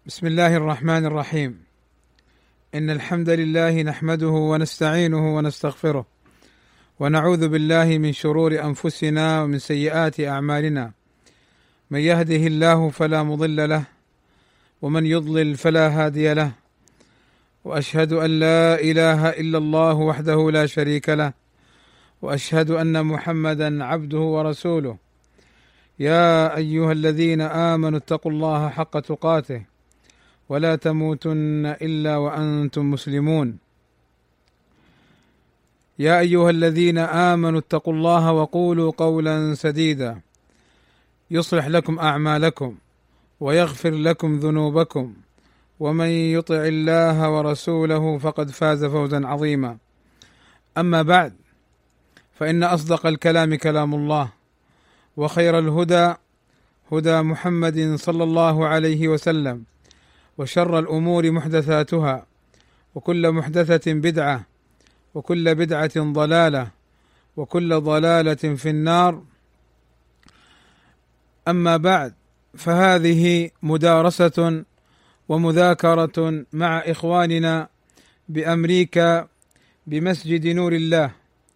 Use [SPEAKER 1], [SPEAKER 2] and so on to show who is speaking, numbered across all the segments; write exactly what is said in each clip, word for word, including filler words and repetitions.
[SPEAKER 1] بسم الله الرحمن الرحيم. إن الحمد لله نحمده ونستعينه ونستغفره ونعوذ بالله من شرور أنفسنا ومن سيئات أعمالنا، من يهده الله فلا مضل له ومن يضلل فلا هادي له، وأشهد أن لا إله إلا الله وحده لا شريك له، وأشهد أن محمدا عبده ورسوله. يا أيها الذين آمنوا اتقوا الله حق تقاته ولا تموتن إلا وأنتم مسلمون. يا أيها الذين آمنوا اتقوا الله وقولوا قولا سديدا يصلح لكم أعمالكم ويغفر لكم ذنوبكم، ومن يطع الله ورسوله فقد فاز فوزا عظيما. أما بعد، فإن أصدق الكلام كلام الله، وخير الهدى هدى محمد صلى الله عليه وسلم، وشر الأمور محدثاتها، وكل محدثة بدعة، وكل بدعة ضلالة، وكل ضلالة في النار. أما بعد، فهذه مدارسة ومذاكرة مع إخواننا بأمريكا بمسجد نور الله،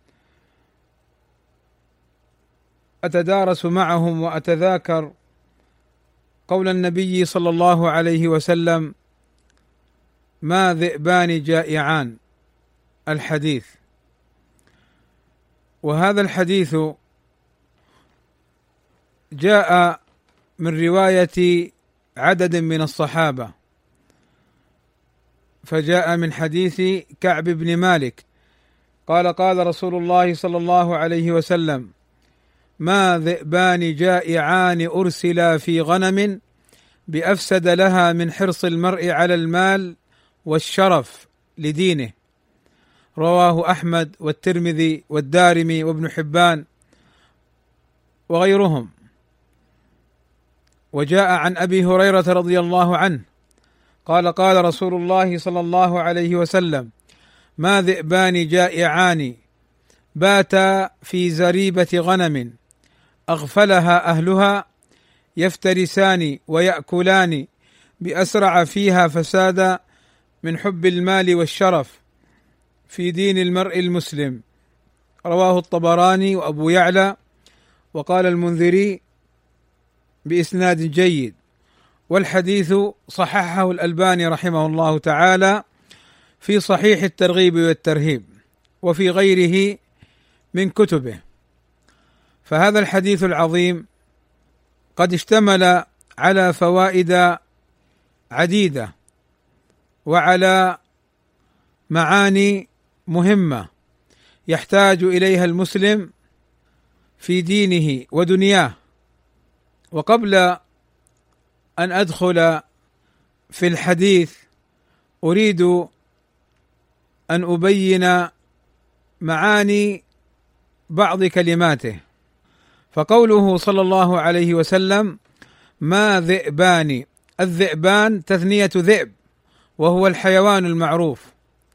[SPEAKER 1] أتدارس معهم وأتذاكر قول النبي صلى الله عليه وسلم: ما ذئبان جائعان، الحديث. وهذا الحديث جاء من رواية عدد من الصحابة، فجاء من حديث كعب بن مالك قال: قال رسول الله صلى الله عليه وسلم: ما ذئبان جائعان أرسلا في غنم بأفسد لها من حرص المرء على المال والشرف لدينه. رواه أحمد والترمذي والدارمي وابن حبان وغيرهم. وجاء عن أبي هريرة رضي الله عنه قال: قال رسول الله صلى الله عليه وسلم: ما ذئبان جائعان باتا في زريبة غنم أغفلها أهلها يفترسان ويأكلان بأسرع فيها فسادا من حب المال والشرف في دين المرء المسلم. رواه الطبراني وأبو يعلى، وقال المنذري بإسناد جيد، والحديث صححه الألباني رحمه الله تعالى في صحيح الترغيب والترهيب وفي غيره من كتبه. فهذا الحديث العظيم قد اشتمل على فوائد عديدة وعلى معاني مهمة يحتاج إليها المسلم في دينه ودنياه. وقبل أن أدخل في الحديث أريد أن أبين معاني بعض كلماته. فقوله صلى الله عليه وسلم: ما ذئبان، الذئبان تثنية ذئب وهو الحيوان المعروف.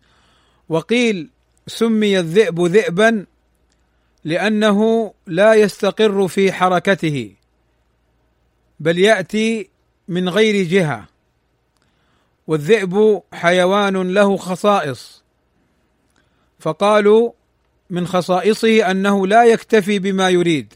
[SPEAKER 1] وقيل سمي الذئب ذئبا لأنه لا يستقر في حركته، بل يأتي من غير جهة. والذئب حيوان له خصائص، فقالوا من خصائصه أنه لا يكتفي بما يريد،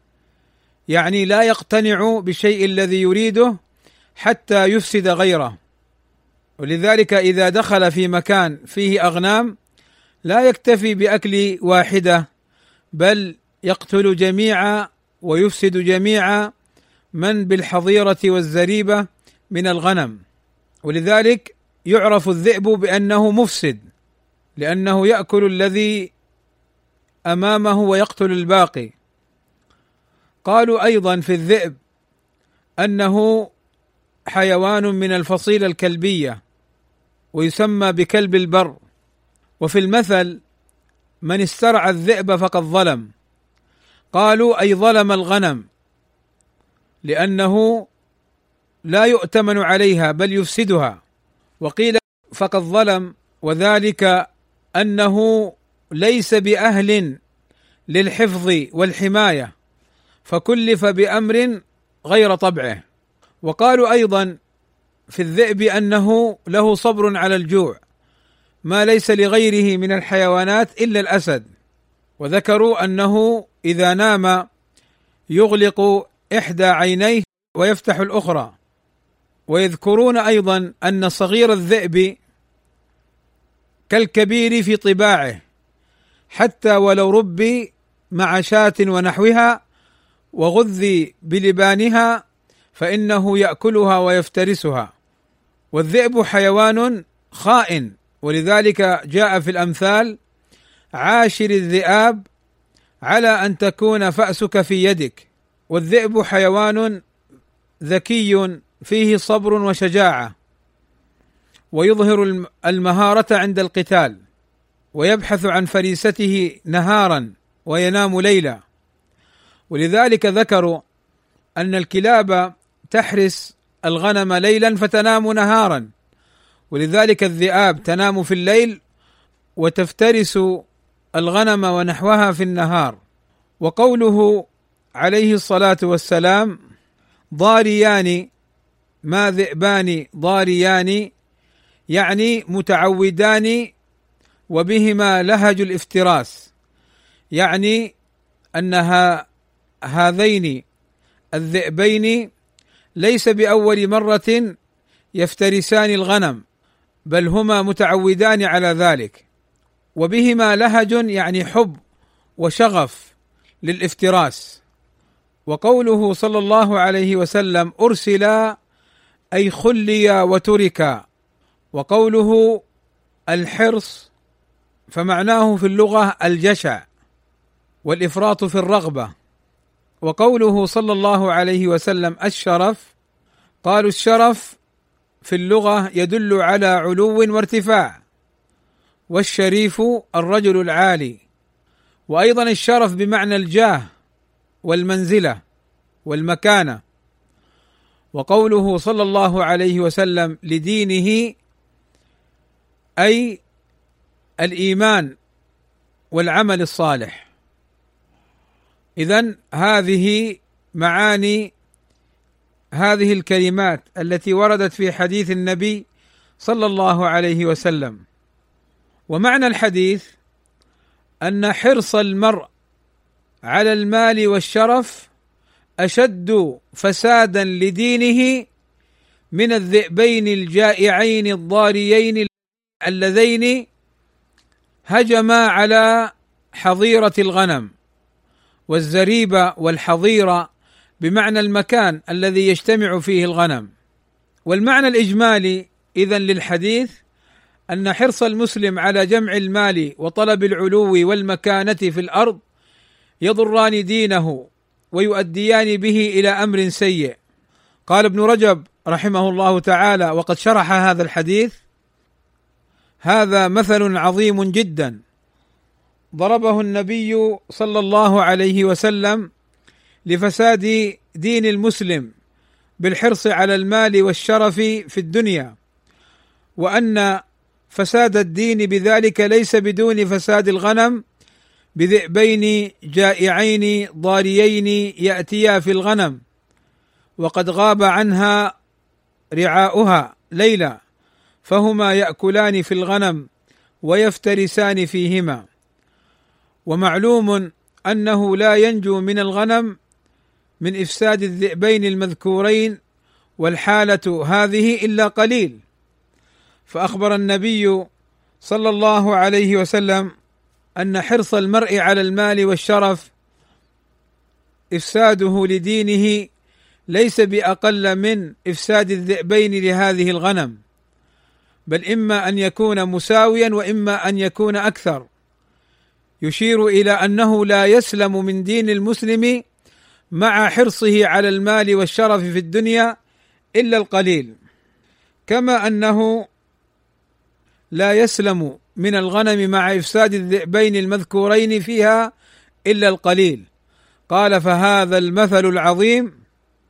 [SPEAKER 1] يعني لا يقتنع بالشيء الذي يريده حتى يفسد غيره. ولذلك إذا دخل في مكان فيه أغنام لا يكتفي بأكل واحدة، بل يقتل جميعا ويفسد جميعا من بالحظيرة والزريبة من الغنم. ولذلك يعرف الذئب بأنه مفسد، لأنه يأكل الذي أمامه ويقتل الباقي. قالوا أيضا في الذئب أنه حيوان من الفصيلة الكلبية ويسمى بكلب البر. وفي المثل: من استرعى الذئب فقد ظلم. قالوا أي ظلم الغنم، لأنه لا يؤتمن عليها بل يفسدها. وقيل فقد ظلم، وذلك أنه ليس بأهل للحفظ والحماية، فكلف بأمر غير طبعه. وقالوا أيضا في الذئب أنه له صبر على الجوع ما ليس لغيره من الحيوانات إلا الأسد، وذكروا أنه إذا نام يغلق إحدى عينيه ويفتح الأخرى. ويذكرون أيضا أن صغير الذئب كالكبير في طباعه، حتى ولو ربي مع شاة ونحوها وغذي بلبانها فإنه يأكلها ويفترسها. والذئب حيوان خائن، ولذلك جاء في الأمثال: عاشر الذئاب على أن تكون فأسك في يدك. والذئب حيوان ذكي فيه صبر وشجاعة، ويظهر المهارة عند القتال، ويبحث عن فريسته نهارا وينام ليلا. ولذلك ذكروا أن الكلاب تحرس الغنم ليلا فتنام نهارا، ولذلك الذئاب تنام في الليل وتفترس الغنم ونحوها في النهار. وقوله عليه الصلاة والسلام: ضاريان ما ذئبان ضاريان، يعني متعودان وبهما لهج الافتراس، يعني أنها هذين الذئبين ليس بأول مرة يفترسان الغنم، بل هما متعودان على ذلك، وبهما لهج يعني حب وشغف للافتراس. وقوله صلى الله عليه وسلم: أرسلا أي خليا وتركا. وقوله الحرص فمعناه في اللغة الجشع والإفراط في الرغبة. وقوله صلى الله عليه وسلم الشرف، قالوا الشرف في اللغة يدل على علو وارتفاع، والشريف الرجل العالي. وأيضا الشرف بمعنى الجاه والمنزلة والمكانة. وقوله صلى الله عليه وسلم لدينه أي الإيمان والعمل الصالح. إذن هذه معاني هذه الكلمات التي وردت في حديث النبي صلى الله عليه وسلم. ومعنى الحديث أن حرص المرء على المال والشرف أشد فسادا لدينه من الذئبين الجائعين الضاريين اللذين هجما على حظيرة الغنم. والزريبة والحظيرة بمعنى المكان الذي يجتمع فيه الغنم. والمعنى الإجمالي إذن للحديث أن حرص المسلم على جمع المال وطلب العلو والمكانة في الأرض يضران دينه ويؤديان به إلى أمر سيء. قال ابن رجب رحمه الله تعالى وقد شرح هذا الحديث: هذا مثل عظيم جدا ضربه النبي صلى الله عليه وسلم لفساد دين المسلم بالحرص على المال والشرف في الدنيا، وأن فساد الدين بذلك ليس بدون فساد الغنم بذئبين جائعين ضاريين يأتيا في الغنم وقد غاب عنها رعاؤها ليلا، فهما يأكلان في الغنم ويفترسان فيهما. ومعلوم أنه لا ينجو من الغنم من إفساد الذئبين المذكورين، والحالة هذه إلا قليل. فأخبر النبي صلى الله عليه وسلم أن حرص المرء على المال والشرف إفساده لدينه ليس بأقل من إفساد الذئبين لهذه الغنم، بل إما أن يكون مساويا وإما أن يكون أكثر، يشير إلى أنه لا يسلم من دين المسلم مع حرصه على المال والشرف في الدنيا إلا القليل، كما أنه لا يسلم من الغنم مع إفساد الذئبين المذكورين فيها إلا القليل. قال: فهذا المثل العظيم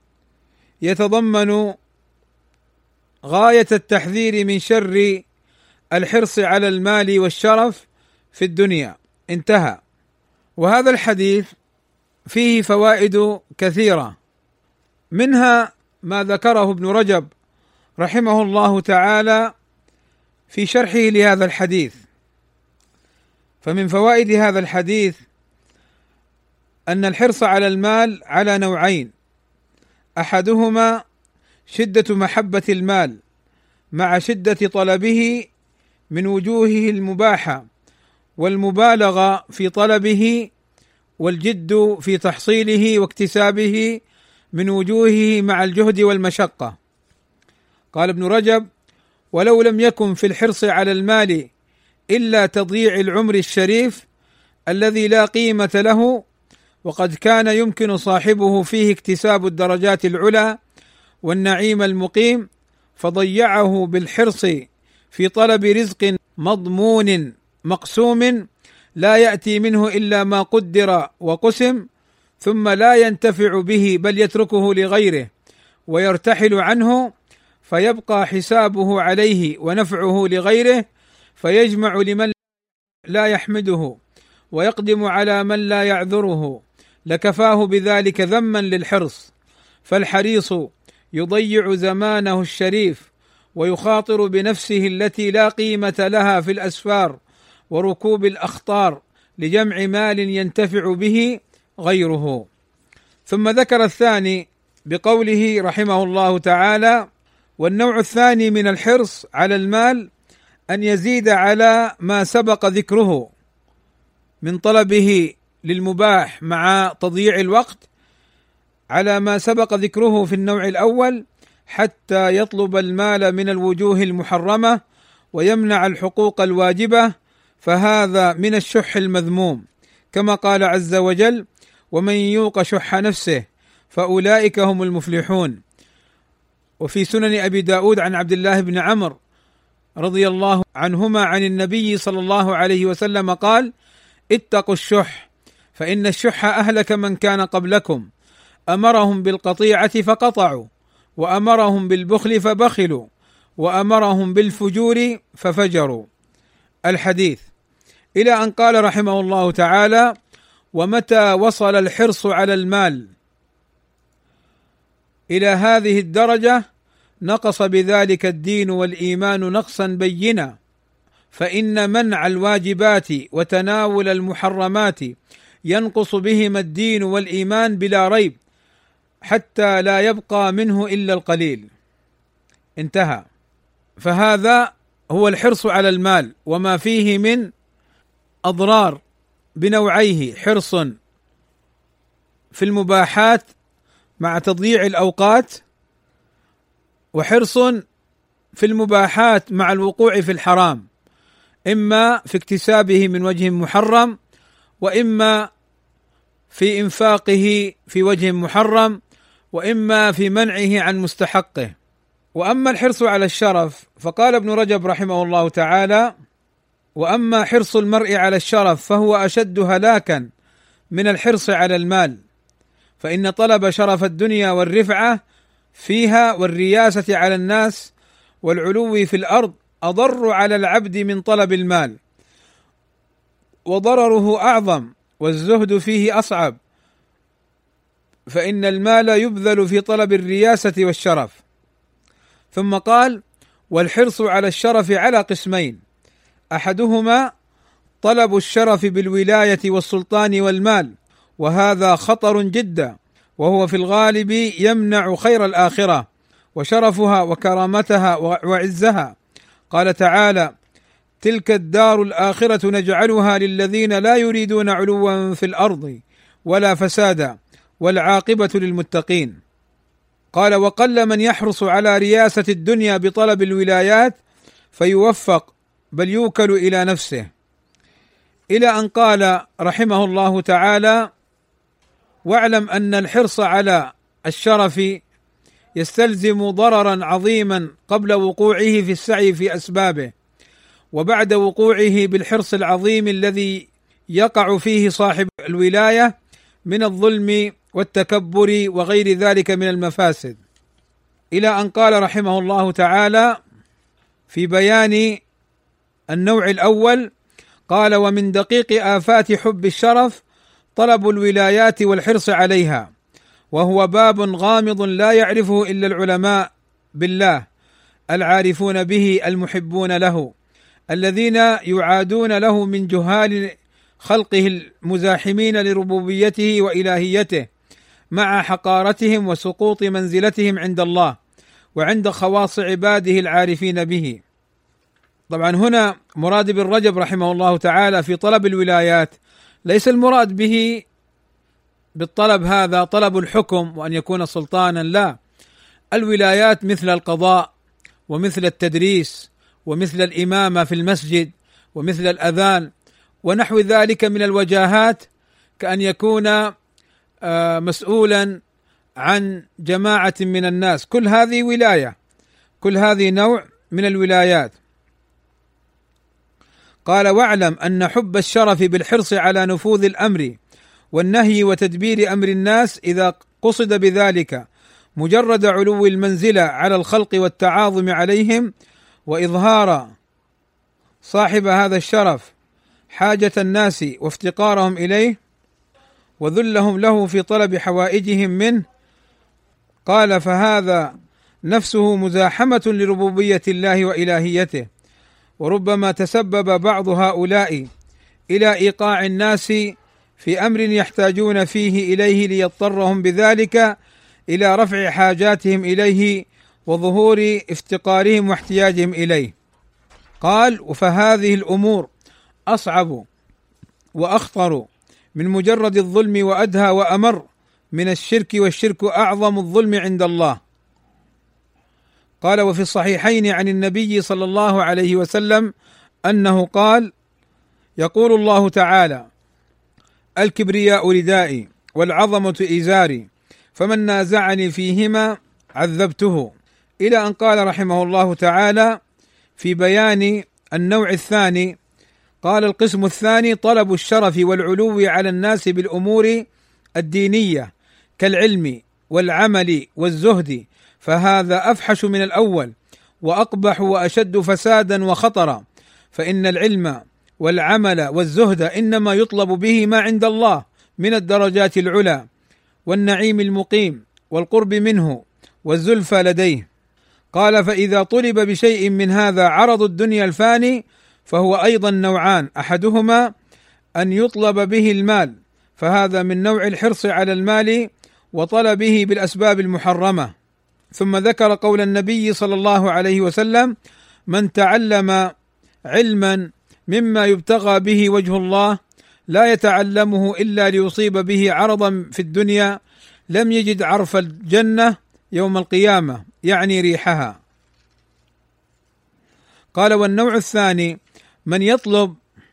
[SPEAKER 1] يتضمن غاية التحذير من شر الحرص على المال والشرف في الدنيا. انتهى. وهذا الحديث فيه فوائد كثيرة، منها ما ذكره ابن رجب رحمه الله تعالى في شرحه لهذا الحديث. فمن فوائد هذا الحديث أن الحرص على المال على نوعين: أحدهما شدة محبة المال مع شدة طلبه من وجوهه المباحة والمبالغة في طلبه والجد في تحصيله واكتسابه من وجوهه مع الجهد والمشقة. قال ابن رجب: ولو لم يكن في الحرص على المال إلا تضييع العمر الشريف الذي لا قيمة له، وقد كان يمكن صاحبه فيه اكتساب الدرجات العلى والنعيم المقيم، فضيعه بالحرص في طلب رزق مضمون مقسوم لا يأتي منه إلا ما قدر وقسم، ثم لا ينتفع به بل يتركه لغيره ويرتحل عنه، فيبقى حسابه عليه ونفعه لغيره، فيجمع لمن لا يحمده ويقدم على من لا يعذره، لكفاه بذلك ذما للحرص. فالحريص يضيع زمانه الشريف ويخاطر بنفسه التي لا قيمة لها في الأسفار وركوب الأخطار لجمع مال ينتفع به غيره. ثم ذكر الثاني بقوله رحمه الله تعالى: والنوع الثاني من الحرص على المال أن يزيد على ما سبق ذكره من طلبه للمباح مع تضييع الوقت على ما سبق ذكره في النوع الأول، حتى يطلب المال من الوجوه المحرمة ويمنع الحقوق الواجبة، فهذا من الشح المذموم، كما قال عز وجل: ومن يوق شح نفسه فأولئك هم المفلحون. وفي سنن أبي داود عن عبد الله بن عمرو رضي الله عنهما عن النبي صلى الله عليه وسلم قال: اتقوا الشح فإن الشح أهلك من كان قبلكم، أمرهم بالقطيعة فقطعوا، وأمرهم بالبخل فبخلوا، وأمرهم بالفجور ففجروا. الحديث، إلى أن قال رحمه الله تعالى: ومتى وصل الحرص على المال إلى هذه الدرجة نقص بذلك الدين والإيمان نقصا بينا، فإن منع الواجبات وتناول المحرمات ينقص بهما الدين والإيمان بلا ريب، حتى لا يبقى منه إلا القليل. انتهى. فهذا هو الحرص على المال وما فيه من أضرار بنوعيه: حرص في المباحات مع تضييع الأوقات، وحرص في المباحات مع الوقوع في الحرام، إما في اكتسابه من وجه محرم، وإما في إنفاقه في وجه محرم، وإما في منعه عن مستحقه. وأما الحرص على الشرف فقال ابن رجب رحمه الله تعالى: وأما حرص المرء على الشرف فهو أشد هلاكا من الحرص على المال، فإن طلب شرف الدنيا والرفعة فيها والرياسة على الناس والعلو في الأرض أضر على العبد من طلب المال، وضرره أعظم، والزهد فيه أصعب، فإن المال يبذل في طلب الرياسة والشرف. ثم قال: والحرص على الشرف على قسمين: أحدهما طلب الشرف بالولاية والسلطان والمال، وهذا خطر جدا، وهو في الغالب يمنع خير الآخرة وشرفها وكرامتها وعزها. قال تعالى: تلك الدار الآخرة نجعلها للذين لا يريدون علوا في الأرض ولا فسادا والعاقبة للمتقين. قال: وقل من يحرص على رياسة الدنيا بطلب الولايات فيوفق، بل يوكل إلى نفسه. إلى أن قال رحمه الله تعالى: واعلم أن الحرص على الشرف يستلزم ضررا عظيما قبل وقوعه في السعي في أسبابه، وبعد وقوعه بالحرص العظيم الذي يقع فيه صاحب الولاية من الظلم والتكبر وغير ذلك من المفاسد. إلى أن قال رحمه الله تعالى في بيان النوع الأول قال: ومن دقيق آفات حب الشرف طلب الولايات والحرص عليها، وهو باب غامض لا يعرفه إلا العلماء بالله، العارفون به المحبون له، الذين يعادون له من جهال خلقه المزاحمين لربوبيته وإلهيته، مع حقارتهم وسقوط منزلتهم عند الله وعند خواص عباده العارفين به. طبعا هنا مراد ابن رجب رحمه الله تعالى في طلب الولايات ليس المراد به بالطلب هذا طلب الحكم وأن يكون سلطانا، لا، الولايات مثل القضاء ومثل التدريس ومثل الإمامة في المسجد ومثل الأذان ونحو ذلك من الوجاهات، كأن يكون مسؤولا عن جماعة من الناس، كل هذه ولاية، كل هذه نوع من الولايات. قال: واعلم أن حب الشرف بالحرص على نفوذ الأمر والنهي وتدبير أمر الناس إذا قصد بذلك مجرد علو المنزلة على الخلق والتعاظم عليهم وإظهار صاحب هذا الشرف حاجة الناس وافتقارهم إليه وذلهم له في طلب حوائجهم منه، قال: فهذا نفسه مزاحمة لربوبية الله وإلهيته، وربما تسبب بعض هؤلاء إلى إيقاع الناس في أمر يحتاجون فيه إليه ليضطرهم بذلك إلى رفع حاجاتهم إليه وظهور افتقارهم واحتياجهم إليه. قال: فهذه الأمور أصعب وأخطر من مجرد الظلم وأدهى وأمر من الشرك، والشرك أعظم الظلم عند الله. قال: وفي الصحيحين عن النبي صلى الله عليه وسلم أنه قال: يقول الله تعالى: الكبرياء ردائي والعظمة إزاري فمن نازعني فيهما عذبته، إلى أن قال رحمه الله تعالى في بيان النوع الثاني، قال: القسم الثاني طلب الشرف والعلو على الناس بالأمور الدينية كالعلم والعمل والزهد، فهذا أفحش من الأول وأقبح وأشد فسادا وخطرا، فإن العلم والعمل والزهد إنما يطلب به ما عند الله من الدرجات العلى والنعيم المقيم والقرب منه والزلفى لديه. قال: فإذا طلب بشيء من هذا عرض الدنيا الفاني فهو أيضا نوعان، أحدهما أن يطلب به المال، فهذا من نوع الحرص على المال وطلبه بالأسباب المحرمة. ثم ذكر قول النبي صلى الله عليه وسلم: من تعلم علما مما يبتغى به وجه الله لا يتعلمه إلا ليصيب به عرضا في الدنيا لم يجد عرف الجنة يوم القيامة، يعني ريحها. قال: والنوع الثاني من يطلب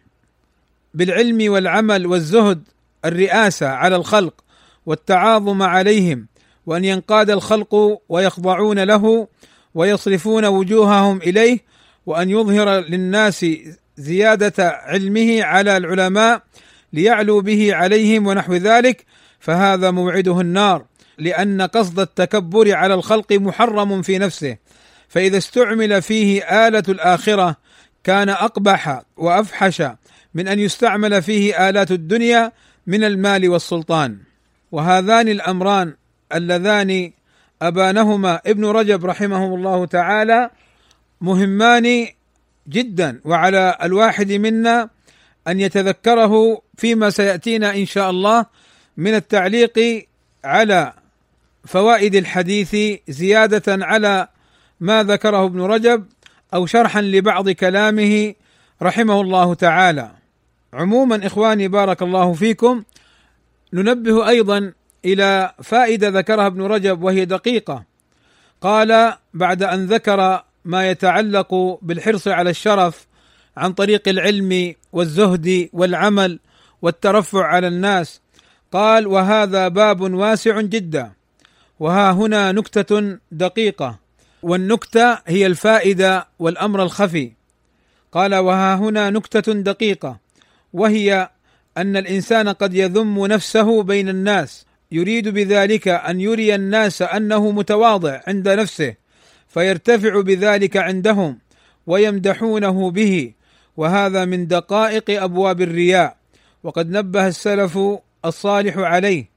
[SPEAKER 1] بالعلم والعمل والزهد الرئاسة على الخلق والتعاظم عليهم، وأن ينقاد الخلق ويخضعون له ويصرفون وجوههم إليه، وأن يظهر للناس زيادة علمه على العلماء ليعلو به عليهم ونحو ذلك، فهذا موعده النار، لأن قصد التكبر على الخلق محرم في نفسه، فإذا استعمل فيه آلة الآخرة كان أقبح وأفحش من أن يستعمل فيه آلات الدنيا من المال والسلطان. وهذان الأمران اللذان أبانهما ابن رجب رحمه الله تعالى مهمان جدا، وعلى الواحد منا أن يتذكره فيما سيأتينا إن شاء الله من التعليق على فوائد الحديث زيادة على ما ذكره ابن رجب أو شرحا لبعض كلامه رحمه الله تعالى. عموما إخواني بارك الله فيكم، ننبه أيضا إلى فائدة ذكرها ابن رجب وهي دقيقة. قال: بعد أن ذكر ما يتعلق بالحرص على الشرف عن طريق العلم والزهد والعمل والترفع على الناس، قال: وهذا باب واسع جدا. وها هنا نكتة دقيقة، والنكتة هي الفائدة والأمر الخفي. قال: وها هنا نكتة دقيقة، وهي أن الإنسان قد يذم نفسه بين الناس، يريد بذلك أن يري الناس أنه متواضع عند نفسه، فيرتفع بذلك عندهم ويمدحونه به، وهذا من دقائق أبواب الرياء، وقد نبه السلف الصالح عليه.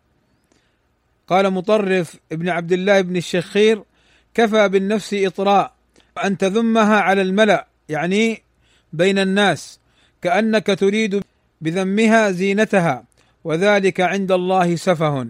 [SPEAKER 1] قال مطرف ابن عبد الله بن الشخير: كفى بالنفس إطراء أن تذمها على الملأ، يعني بين الناس، كأنك تريد بذمها زينتها، وذلك عند الله سفه.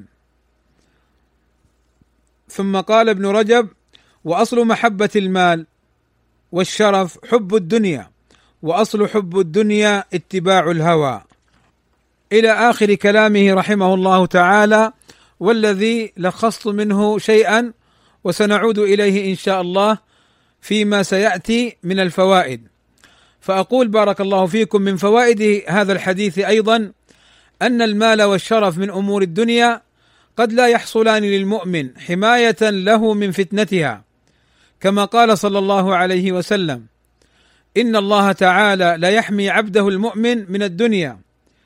[SPEAKER 1] ثم قال ابن رجب: وأصل محبة المال والشرف حب الدنيا، وأصل حب الدنيا اتباع الهوى، إلى آخر كلامه رحمه الله تعالى، والذي لخصت منه شيئا وسنعود إليه إن شاء الله فيما سيأتي من الفوائد. فأقول بارك الله فيكم: من فوائد هذا الحديث أيضا أن المال والشرف من أمور الدنيا قد لا يحصلان للمؤمن حماية له من فتنتها، كما قال صلى الله عليه وسلم: إن الله تعالى لا يحمي عبده المؤمن من الدنيا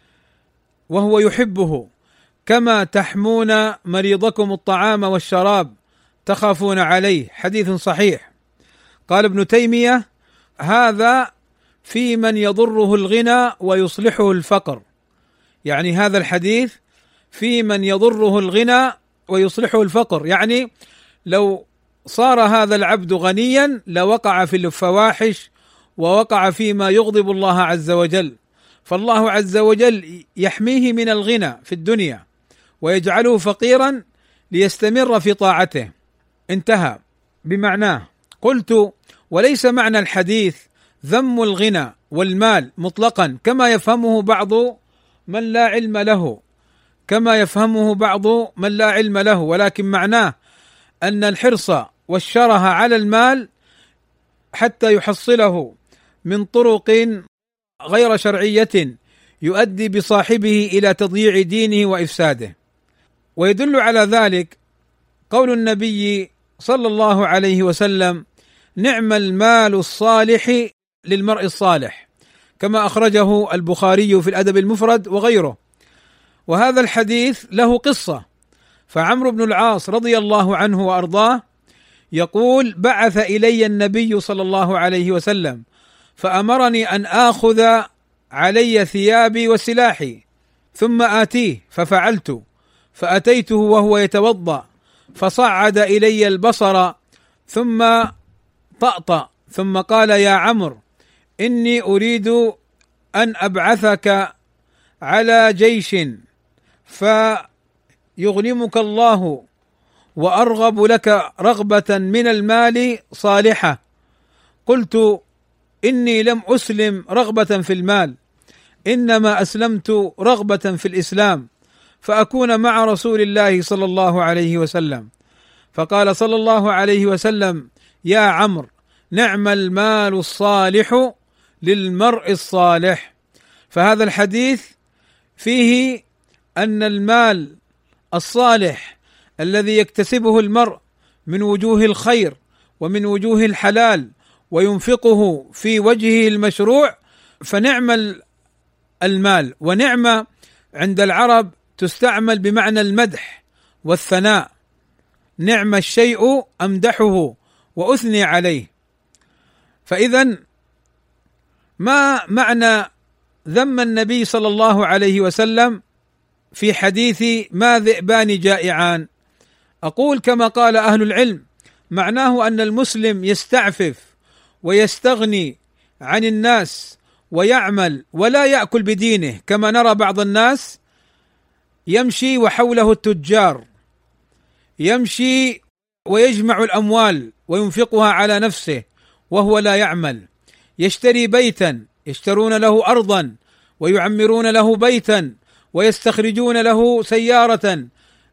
[SPEAKER 1] وهو يحبه، كما تحمون مريضكم الطعام والشراب تخافون عليه. حديث صحيح. قال ابن تيمية: هذا في من يضره الغنى ويصلحه الفقر، يعني هذا الحديث في من يضره الغنى ويصلحه الفقر، يعني لو صار هذا العبد غنيا لوقع في الفواحش ووقع فيما يغضب الله عز وجل، فالله عز وجل يحميه من الغنى في الدنيا ويجعله فقيرا ليستمر في طاعته. انتهى بمعناه. قلت: وليس معنى الحديث ذم الغنى والمال مطلقا كما يفهمه بعض من لا علم له كما يفهمه بعض من لا علم له ولكن معناه أن الحرص والشره على المال حتى يحصله من طرق غير شرعية يؤدي بصاحبه إلى تضييع دينه وإفساده. ويدل على ذلك قول النبي صلى الله عليه وسلم: نعم المال الصالح للمرء الصالح، كما أخرجه البخاري في الأدب المفرد وغيره. وهذا الحديث له قصة، فعمرو بن العاص رضي الله عنه وأرضاه يقول: بعث إلي النبي صلى الله عليه وسلم فأمرني أن آخذ علي ثيابي وسلاحي ثم آتيه، ففعلت، فأتيته وهو يتوضأ فصعد إلي البصر ثم طأطأ، ثم قال: يا عمرو إني أريد أن أبعثك على جيش فيغنمك الله وأرغب لك رغبة من المال صالحة. قلت: إني لم أسلم رغبة في المال، إنما أسلمت رغبة في الإسلام، فأكون مع رسول الله صلى الله عليه وسلم. فقال صلى الله عليه وسلم: يا عمرو نعم المال الصالح للمرء الصالح. فهذا الحديث فيه أن المال الصالح الذي يكتسبه المرء من وجوه الخير ومن وجوه الحلال وينفقه في وجهه المشروع فنعم المال. ونعمة عند العرب تستعمل بمعنى المدح والثناء، نعم الشيء أمدحه وأثني عليه. فإذا ما معنى ذم النبي صلى الله عليه وسلم في حديث ما ذئبان جائعان؟ أقول كما قال أهل العلم: معناه أن المسلم يستعفف ويستغني عن الناس ويعمل ولا يأكل بدينه، كما نرى بعض الناس يمشي وحوله التجار، يمشي ويجمع الأموال وينفقها على نفسه وهو لا يعمل، يشتري بيتا، يشترون له أرضا ويعمرون له بيتا ويستخرجون له سيارة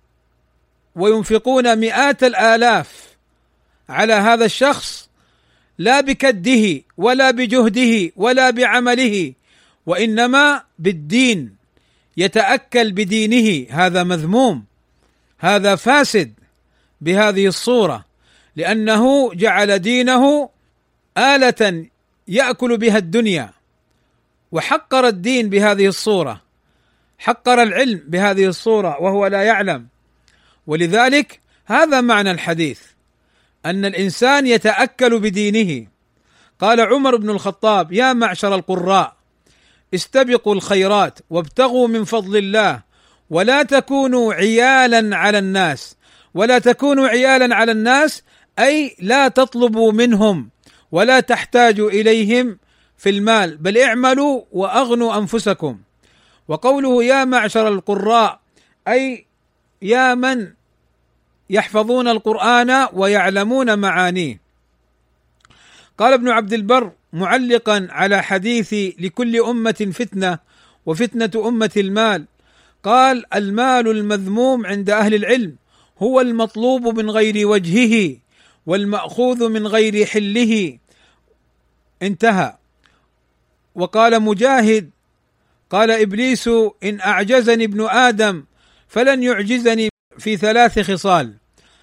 [SPEAKER 1] وينفقون مئات الآلاف على هذا الشخص، لا بكده ولا بجهده ولا بعمله، وإنما بالدين، يتأكل بدينه. هذا مذموم، هذا فاسد بهذه الصورة، لأنه جعل دينه آلة يأكل بها الدنيا، وحقر الدين بهذه الصورة، حقر العلم بهذه الصورة وهو لا يعلم. ولذلك هذا معنى الحديث، أن الإنسان يتأكل بدينه. قال عمر بن الخطاب: يا معشر القراء استبقوا الخيرات وابتغوا من فضل الله ولا تكونوا عيالا على الناس. ولا تكونوا عيالا على الناس أي لا تطلبوا منهم ولا تحتاجوا إليهم في المال، بل اعملوا وأغنوا أنفسكم. وقوله يا معشر القراء أي يا من يحفظون القرآن ويعلمون معانيه. قال ابن عبد البر معلقا على حديث لكل أمة فتنة وفتنة أمة المال، قال المال المذموم عند أهل العلم هو المطلوب من غير وجهه والمأخوذ من غير حله، انتهى. وقال مجاهد قال إبليس إن أعجزني ابن آدم فلن يعجزني في ثلاث خصال: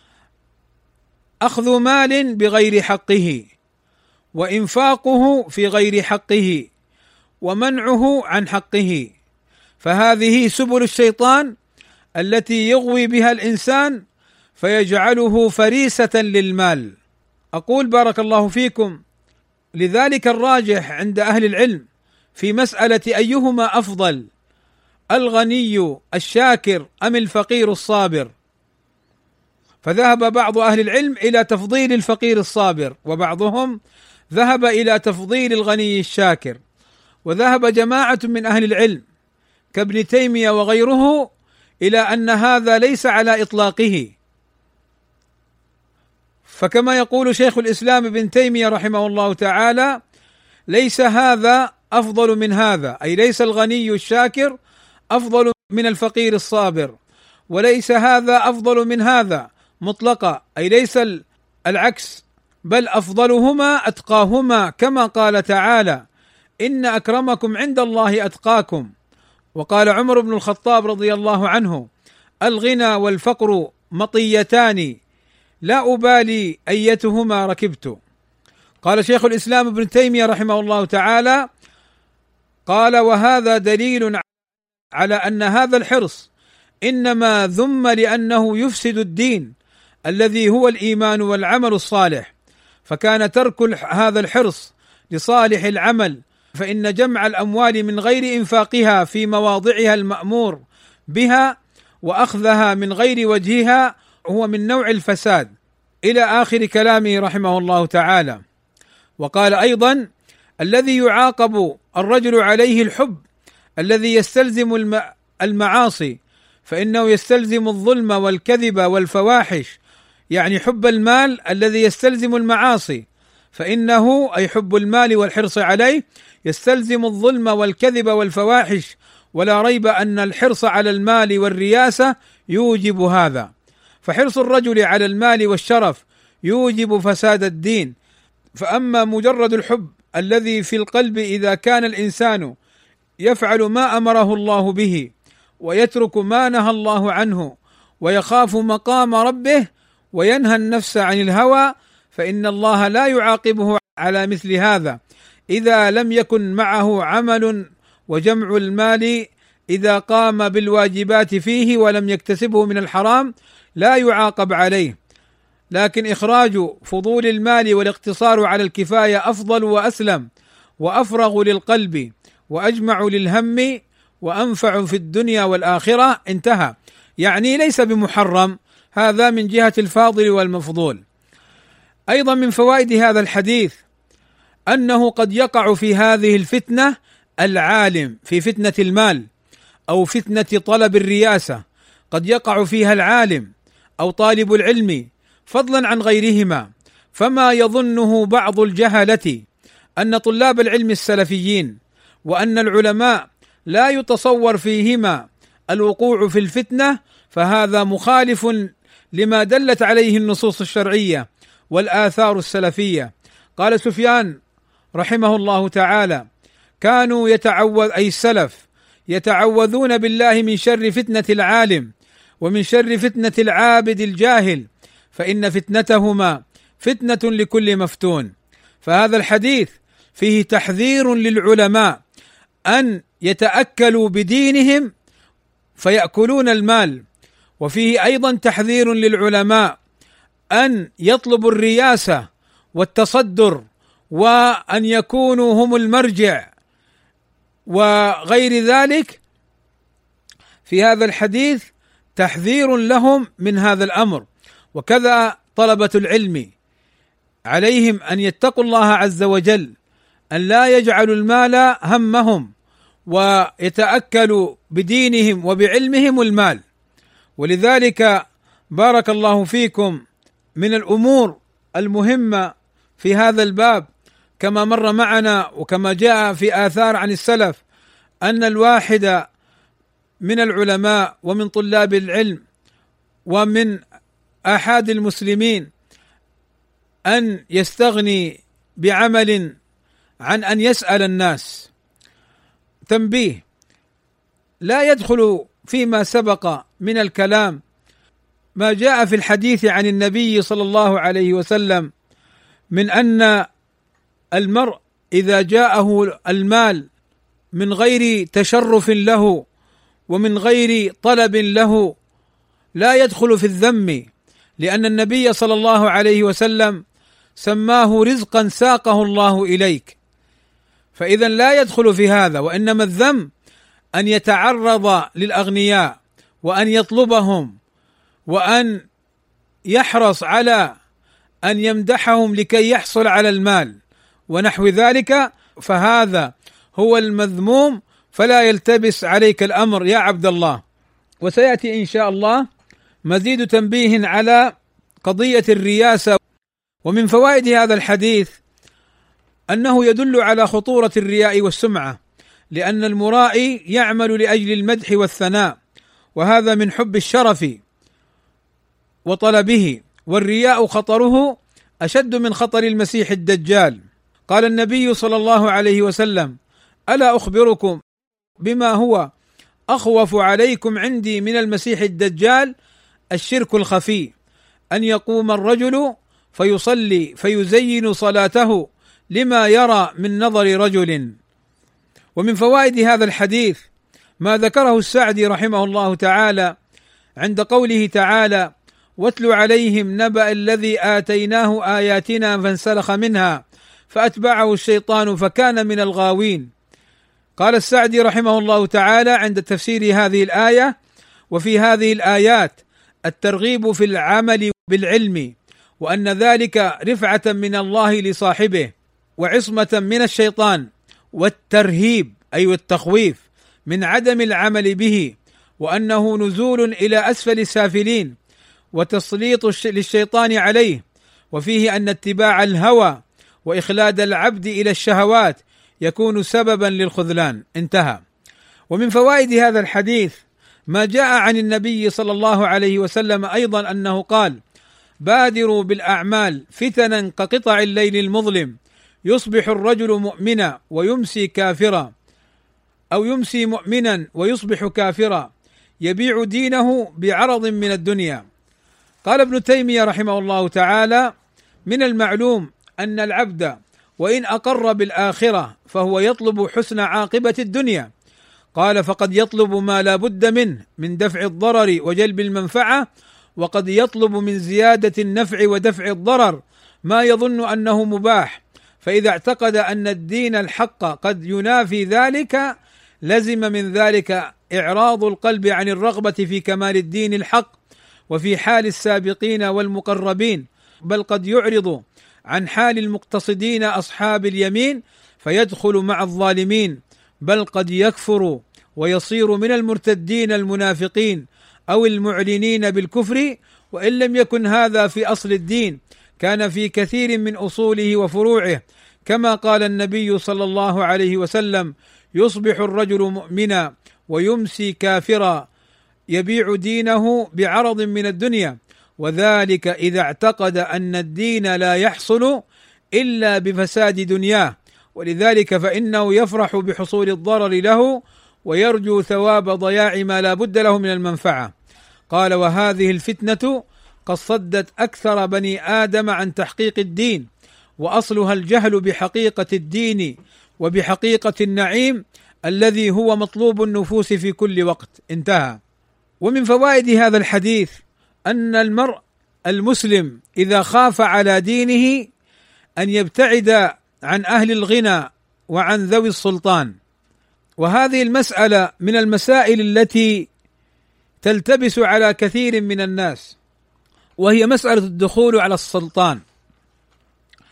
[SPEAKER 1] أخذ مال بغير حقه، وإنفاقه في غير حقه، ومنعه عن حقه. فهذه سبل الشيطان التي يغوي بها الإنسان فيجعله فريسة للمال. أقول بارك الله فيكم: لذلك الراجح عند أهل العلم في مسألة أيهما أفضل، الغني الشاكر أم الفقير الصابر؟ فذهب بعض أهل العلم إلى تفضيل الفقير الصابر، وبعضهم ذهب إلى تفضيل الغني الشاكر، وذهب جماعة من أهل العلم كابن تيمية وغيره إلى أن هذا ليس على إطلاقه. فكما يقول شيخ الإسلام ابن تيمية رحمه الله تعالى: ليس هذا أفضل من هذا، أي ليس الغني الشاكر أفضل من الفقير الصابر، وليس هذا أفضل من هذا مطلقا، أي ليس العكس، بل أفضلهما أتقاهما، كما قال تعالى: إن أكرمكم عند الله أتقاكم. وقال عمر بن الخطاب رضي الله عنه: الغنى والفقر مطيتان لا أبالي أيتهما ركبت. قال شيخ الإسلام ابن تيمية رحمه الله تعالى: قال وهذا دليل على أن هذا الحرص إنما ذم لأنه يفسد الدين الذي هو الإيمان والعمل الصالح، فكان ترك هذا الحرص لصالح العمل، فإن جمع الأموال من غير إنفاقها في مواضعها المأمور بها وأخذها من غير وجهها هو من نوع الفساد، إلى آخر كلامه رحمه الله تعالى. وقال أيضا: الذي يعاقب الرجل عليه الحب الذي يستلزم المعاصي، فإنه يستلزم الظلم والكذب والفواحش، يعني حب المال الذي يستلزم المعاصي، فإنه أي حب المال والحرص عليه يستلزم الظلم والكذب والفواحش، ولا ريب أن الحرص على المال والرياسة يوجب هذا. فحرص الرجل على المال والشرف يوجب فساد الدين. فأما مجرد الحب الذي في القلب إذا كان الإنسان يفعل ما أمره الله به ويترك ما نهى الله عنه ويخاف مقام ربه وينهى النفس عن الهوى، فإن الله لا يعاقبه على مثل هذا إذا لم يكن معه عمل وجمع المال، إذا قام بالواجبات فيه ولم يكتسبه من الحرام لا يعاقب عليه. لكن إخراج فضول المال والاقتصار على الكفاية أفضل وأسلم وأفرغ للقلب وأجمع للهم وأنفع في الدنيا والآخرة، انتهى. يعني ليس بمحرم، هذا من جهة الفاضل والمفضول. أيضا من فوائد هذا الحديث أنه قد يقع في هذه الفتنة العالم، في فتنة المال أو فتنة طلب الرياسة قد يقع فيها العالم أو طالب العلم فضلا عن غيرهما. فما يظنه بعض الجهلة أن طلاب العلم السلفيين وأن العلماء لا يتصور فيهما الوقوع في الفتنة، فهذا مخالف لما دلت عليه النصوص الشرعية والآثار السلفية. قال سفيان رحمه الله تعالى: كانوا يتعوذ أي السلف يتعوذون بالله من شر فتنة العالم ومن شر فتنة العابد الجاهل، فإن فتنتهما فتنة لكل مفتون. فهذا الحديث فيه تحذير للعلماء أن يتأكلوا بدينهم فيأكلون المال، وفيه أيضا تحذير للعلماء أن يطلبوا الرياسة والتصدر وأن يكونوا هم المرجع وغير ذلك. في هذا الحديث تحذير لهم من هذا الأمر. وكذا طلبة العلم عليهم أن يتقوا الله عز وجل، أن لا يجعلوا المال همهم ويتأكلوا بدينهم وبعلمهم المال. ولذلك بارك الله فيكم من الأمور المهمة في هذا الباب كما مر معنا وكما جاء في آثار عن السلف أن الواحد من العلماء ومن طلاب العلم ومن آحاد المسلمين أن يستغني بعمل عن أن يسأل الناس. تنبيه: لا يدخل فيما سبق من الكلام ما جاء في الحديث عن النبي صلى الله عليه وسلم من أن المرء إذا جاءه المال من غير تشرف له ومن غير طلب له لا يدخل في الذم، لأن النبي صلى الله عليه وسلم سماه رزقا ساقه الله إليك، فإذا لا يدخل في هذا. وإنما الذم أن يتعرض للأغنياء وأن يطلبهم وأن يحرص على أن يمدحهم لكي يحصل على المال ونحو ذلك، فهذا هو المذموم، فلا يلتبس عليك الأمر يا عبد الله. وسيأتي إن شاء الله مزيد تنبيه على قضية الرياسة. ومن فوائد هذا الحديث أنه يدل على خطورة الرياء والسمعة، لأن المرائي يعمل لأجل المدح والثناء، وهذا من حب الشرف وطلبه، والرياء خطره أشد من خطر المسيح الدجال. قال النبي صلى الله عليه وسلم: ألا أخبركم بما هو أخوف عليكم عندي من المسيح الدجال؟ الشرك الخفي، أن يقوم الرجل فيصلي فيزين صلاته لما يرى من نظر رجل. ومن فوائد هذا الحديث ما ذكره السعدي رحمه الله تعالى عند قوله تعالى: واتل عليهم نبأ الذي آتيناه آياتنا فانسلخ منها فأتبعه الشيطان فكان من الغاوين. قال السعدي رحمه الله تعالى عند تفسير هذه الآية: وفي هذه الآيات الترغيب في العمل بالعلم، وأن ذلك رفعة من الله لصاحبه وعصمة من الشيطان، والترهيب أي التخويف من عدم العمل به، وأنه نزول إلى أسفل السافلين وتسليط للشيطان عليه، وفيه أن اتباع الهوى وإخلاد العبد إلى الشهوات يكون سببا للخذلان. انتهى. ومن فوائد هذا الحديث ما جاء عن النبي صلى الله عليه وسلم أيضا أنه قال: بادروا بالأعمال فتنا كقطع الليل المظلم، يصبح الرجل مؤمنا ويمسي كافرا، أو يمسي مؤمنا ويصبح كافرا، يبيع دينه بعرض من الدنيا. قال ابن تيمية رحمه الله تعالى: من المعلوم أن العبد وإن أقر بالآخرة فهو يطلب حسن عاقبة الدنيا. قال: فقد يطلب ما لا بد منه من دفع الضرر وجلب المنفعة، وقد يطلب من زيادة النفع ودفع الضرر ما يظن أنه مباح، فإذا اعتقد أن الدين الحق قد ينافي ذلك لزم من ذلك إعراض القلب عن الرغبة في كمال الدين الحق وفي حال السابقين والمقربين، بل قد يعرض عن حال المقتصدين أصحاب اليمين فيدخل مع الظالمين، بل قد يكفر ويصير من المرتدين المنافقين أو المعلنين بالكفر، وإن لم يكن هذا في أصل الدين كان في كثير من أصوله وفروعه، كما قال النبي صلى الله عليه وسلم: يصبح الرجل مؤمنا ويمسي كافرا، يبيع دينه بعرض من الدنيا، وذلك إذا اعتقد أن الدين لا يحصل إلا بفساد دنياه، ولذلك فإنه يفرح بحصول الضرر له ويرجو ثواب ضياع ما لا بد له من المنفعة. قال: وهذه الفتنة قد صدت أكثر بني آدم عن تحقيق الدين، وأصلها الجهل بحقيقة الدين وبحقيقة النعيم الذي هو مطلوب النفوس في كل وقت. انتهى. ومن فوائد هذا الحديث أن المرء المسلم إذا خاف على دينه أن يبتعد عن أهل الغنى وعن ذوي السلطان، وهذه المسألة من المسائل التي تلتبس على كثير من الناس، وهي مسألة الدخول على السلطان.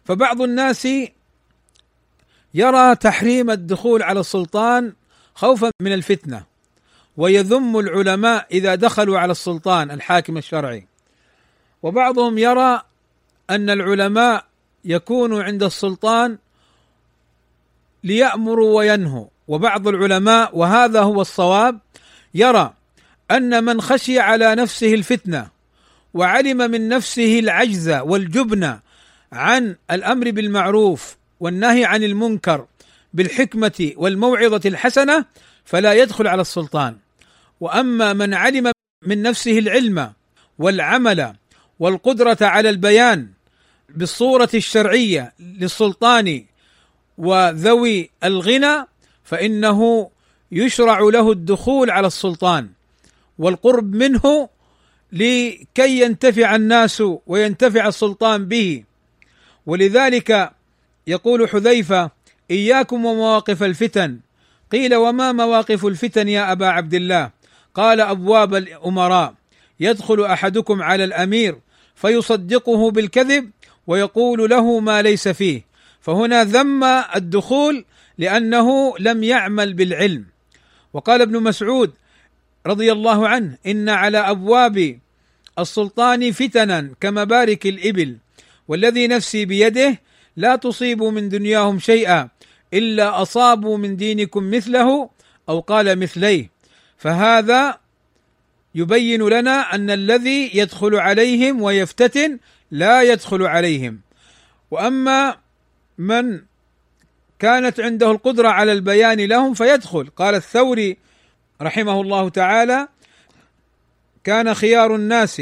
[SPEAKER 1] فبعض الناس يرى تحريم الدخول على السلطان خوفا من الفتنة، ويذم العلماء إذا دخلوا على السلطان الحاكم الشرعي، وبعضهم يرى أن العلماء يكونوا عند السلطان ليأمروا وينهوا، وبعض العلماء وهذا هو الصواب يرى أن من خشي على نفسه الفتنة وعلم من نفسه العجز والجبن عن الأمر بالمعروف والنهي عن المنكر بالحكمة والموعظة الحسنة فلا يدخل على السلطان. وأما من علم من نفسه العلم والعمل والقدرة على البيان بالصورة الشرعية للسلطان وذوي الغنى فإنه يشرع له الدخول على السلطان والقرب منه لكي ينتفع الناس وينتفع السلطان به. ولذلك يقول حذيفة: إياكم ومواقف الفتن. قيل: وما مواقف الفتن يا أبا عبد الله؟ قال: أبواب الأمراء، يدخل أحدكم على الأمير فيصدقه بالكذب ويقول له ما ليس فيه. فهنا ذم الدخول لأنه لم يعمل بالعلم. وقال ابن مسعود رضي الله عنه: إن على أبواب السلطان فتنا كمبارك الإبل، والذي نفسي بيده لا تصيبوا من دنياهم شيئا إلا أصابوا من دينكم مثله أو قال مثليه. فهذا يبين لنا أن الذي يدخل عليهم ويفتتن لا يدخل عليهم. وأما من كانت عنده القدرة على البيان لهم فيدخل. قال الثوري رحمه الله تعالى: كان خيار الناس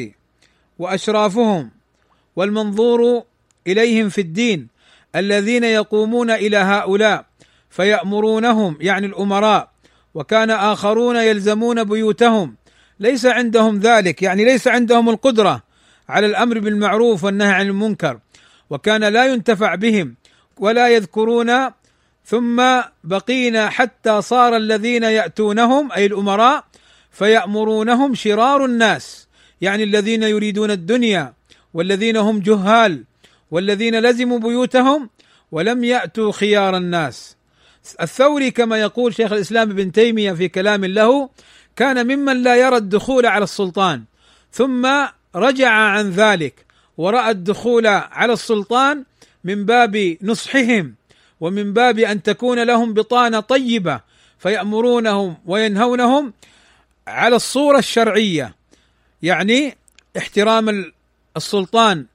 [SPEAKER 1] وأشرافهم والمنظور إليهم في الدين الذين يقومون إلى هؤلاء فيأمرونهم، يعني الأمراء، وكان آخرون يلزمون بيوتهم ليس عندهم ذلك، يعني ليس عندهم القدرة على الأمر بالمعروف والنهي عن المنكر، وكان لا ينتفع بهم ولا يذكرون. ثم بقينا حتى صار الذين يأتونهم أي الأمراء فيأمرونهم شرار الناس، يعني الذين يريدون الدنيا والذين هم جهال والذين لزموا بيوتهم ولم يأتوا خيار الناس. الثوري كما يقول شيخ الإسلام ابن تيمية في كلام له كان ممن لا يرى الدخول على السلطان، ثم رجع عن ذلك ورأى الدخول على السلطان من باب نصحهم ومن باب أن تكون لهم بطانة طيبة فيأمرونهم وينهونهم على الصورة الشرعية، يعني احترام السلطان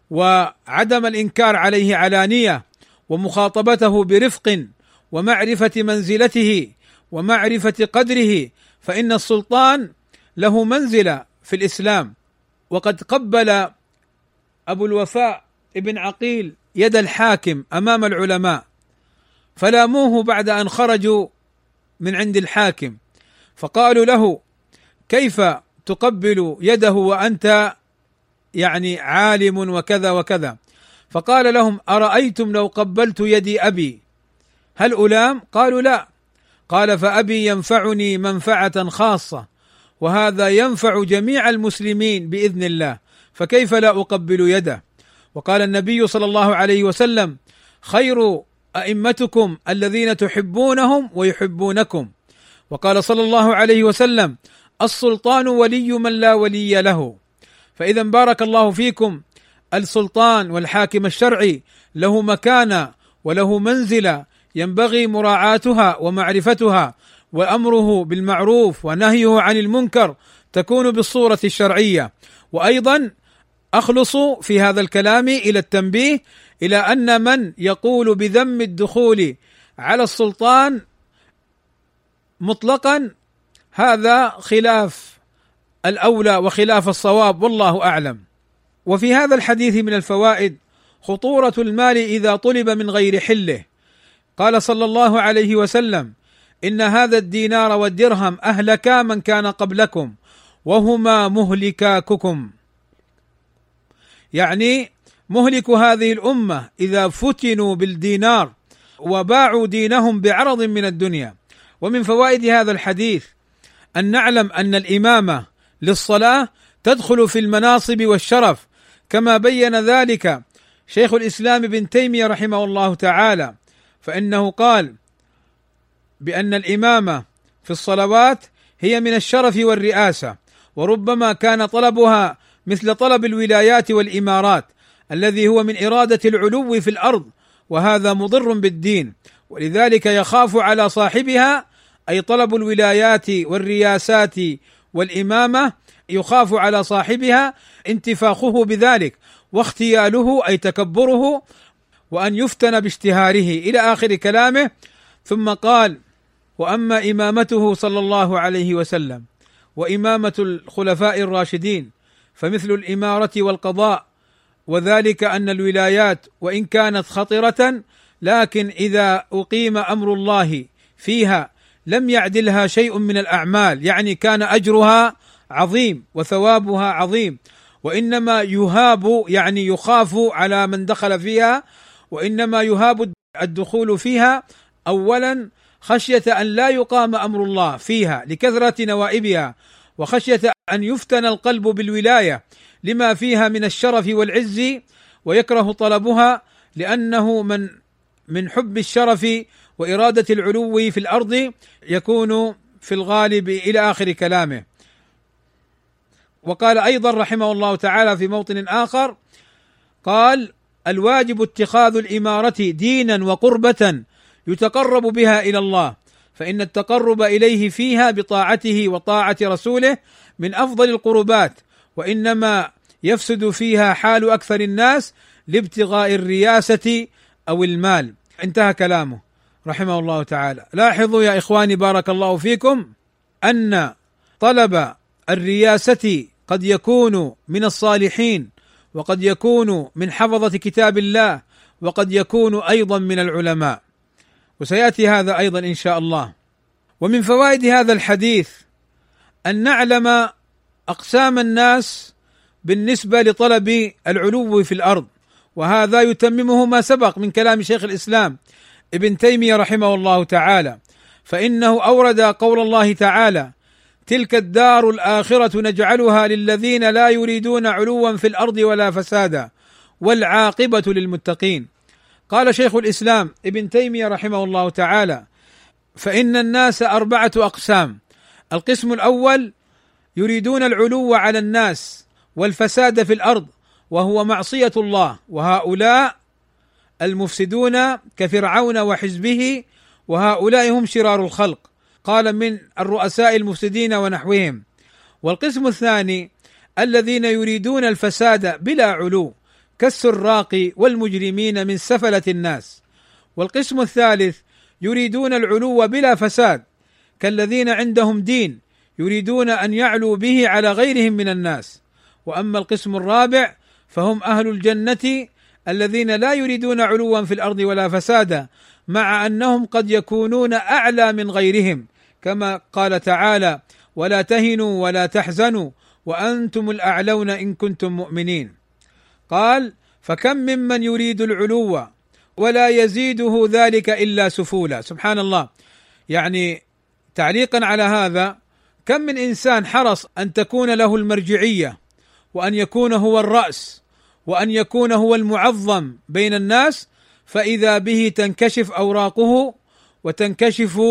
[SPEAKER 1] وعدم الإنكار عليه علانية ومخاطبته برفق ومعرفة منزلته ومعرفة قدره، فإن السلطان له منزلة في الإسلام. وقد قبل أبو الوفاء ابن عقيل يد الحاكم أمام العلماء فلاموه بعد أن خرجوا من عند الحاكم، فقالوا له: كيف تقبل يده وأنت يعني عالم وكذا وكذا؟ فقال لهم: أرأيتم لو قبلت يدي أبي هل ألام؟ قالوا: لا. قال: فأبي ينفعني منفعة خاصة وهذا ينفع جميع المسلمين بإذن الله، فكيف لا أقبل يده؟ وقال النبي صلى الله عليه وسلم: خير أئمتكم الذين تحبونهم ويحبونكم. وقال صلى الله عليه وسلم: السلطان ولي من لا ولي له. فإذا بارك الله فيكم، السلطان والحاكم الشرعي له مكانة وله منزلة ينبغي مراعاتها ومعرفتها، وأمره بالمعروف ونهيه عن المنكر تكون بالصورة الشرعية. وأيضا أخلص في هذا الكلام إلى التنبيه إلى أن من يقول بذم الدخول على السلطان مطلقا هذا خلاف الأولى وخلاف الصواب، والله أعلم. وفي هذا الحديث من الفوائد خطورة المال إذا طلب من غير حله. قال صلى الله عليه وسلم: إن هذا الدينار والدرهم أهلكا من كان قبلكم وهما مهلكاككم، يعني مهلك هذه الأمة إذا فتنوا بالدينار وباعوا دينهم بعرض من الدنيا. ومن فوائد هذا الحديث أن نعلم أن الإمامة للصلاة تدخل في المناصب والشرف، كما بين ذلك شيخ الإسلام ابن تيمية رحمه الله تعالى، فإنه قال بأن الإمامة في الصلوات هي من الشرف والرئاسة، وربما كان طلبها مثل طلب الولايات والإمارات الذي هو من إرادة العلو في الأرض، وهذا مضر بالدين، ولذلك يخاف على صاحبها، أي طلب الولايات والرياسات والإمامة يخاف على صاحبها انتفاخه بذلك واختياله أي تكبره، وأن يفتن باشتهاره إلى آخر كلامه. ثم قال: وأما إمامته صلى الله عليه وسلم وإمامة الخلفاء الراشدين فمثل الإمارة والقضاء، وذلك أن الولايات وإن كانت خطرة لكن إذا أقيم أمر الله فيها لم يعدلها شيء من الأعمال، يعني كان أجرها عظيم وثوابها عظيم، وإنما يهاب يعني يخاف على من دخل فيها، وإنما يهاب الدخول فيها أولا خشية أن لا يقام أمر الله فيها لكثرة نوائبها، وخشية أن يفتن القلب بالولاية لما فيها من الشرف والعز ويكره طلبها، لأنه من من حب الشرف وإرادة العلو في الأرض يكون في الغالب إلى آخر كلامه. وقال أيضا رحمه الله تعالى في موطن آخر، قال: الواجب اتخاذ الإمارة دينا وقربة يتقرب بها إلى الله، فإن التقرب إليه فيها بطاعته وطاعة رسوله من أفضل القربات، وإنما يفسد فيها حال أكثر الناس لابتغاء الرياسة أو المال. انتهى كلامه رحمه الله تعالى. لاحظوا يا إخواني بارك الله فيكم أن طلب الرياسة قد يكون من الصالحين، وقد يكون من حفظة كتاب الله، وقد يكون أيضا من العلماء، وسيأتي هذا أيضا إن شاء الله. ومن فوائد هذا الحديث أن نعلم أقسام الناس بالنسبة لطلب العلو في الأرض، وهذا يتممه ما سبق من كلام شيخ الإسلام ابن تيمية رحمه الله تعالى، فإنه أورد قول الله تعالى: تلك الدار الآخرة نجعلها للذين لا يريدون علوا في الأرض ولا فسادا والعاقبة للمتقين. قال شيخ الإسلام ابن تيمية رحمه الله تعالى: فإن الناس أربعة أقسام. القسم الأول يريدون العلو على الناس والفساد في الأرض وهو معصية الله، وهؤلاء المفسدون كفرعون وحزبه، وهؤلاء هم شرار الخلق، قال من الرؤساء المفسدين ونحوهم. والقسم الثاني الذين يريدون الفساد بلا علو كالسراق والمجرمين من سفلة الناس. والقسم الثالث يريدون العلو بلا فساد كالذين عندهم دين يريدون أن يعلوا به على غيرهم من الناس. وأما القسم الرابع فهم أهل الجنة الذين لا يريدون علوا في الأرض ولا فسادا، مع أنهم قد يكونون أعلى من غيرهم، كما قال تعالى: ولا تهنوا ولا تحزنوا وأنتم الأعلون إن كنتم مؤمنين. قال: فكم ممن يريد العلو ولا يزيده ذلك إلا سفولا. سبحان الله، يعني تعليقا على هذا، كم من إنسان حرص أن تكون له المرجعية، وأن يكون هو الرأس، وأن يكون هو المعظم بين الناس، فإذا به تنكشف أوراقه وتنكشف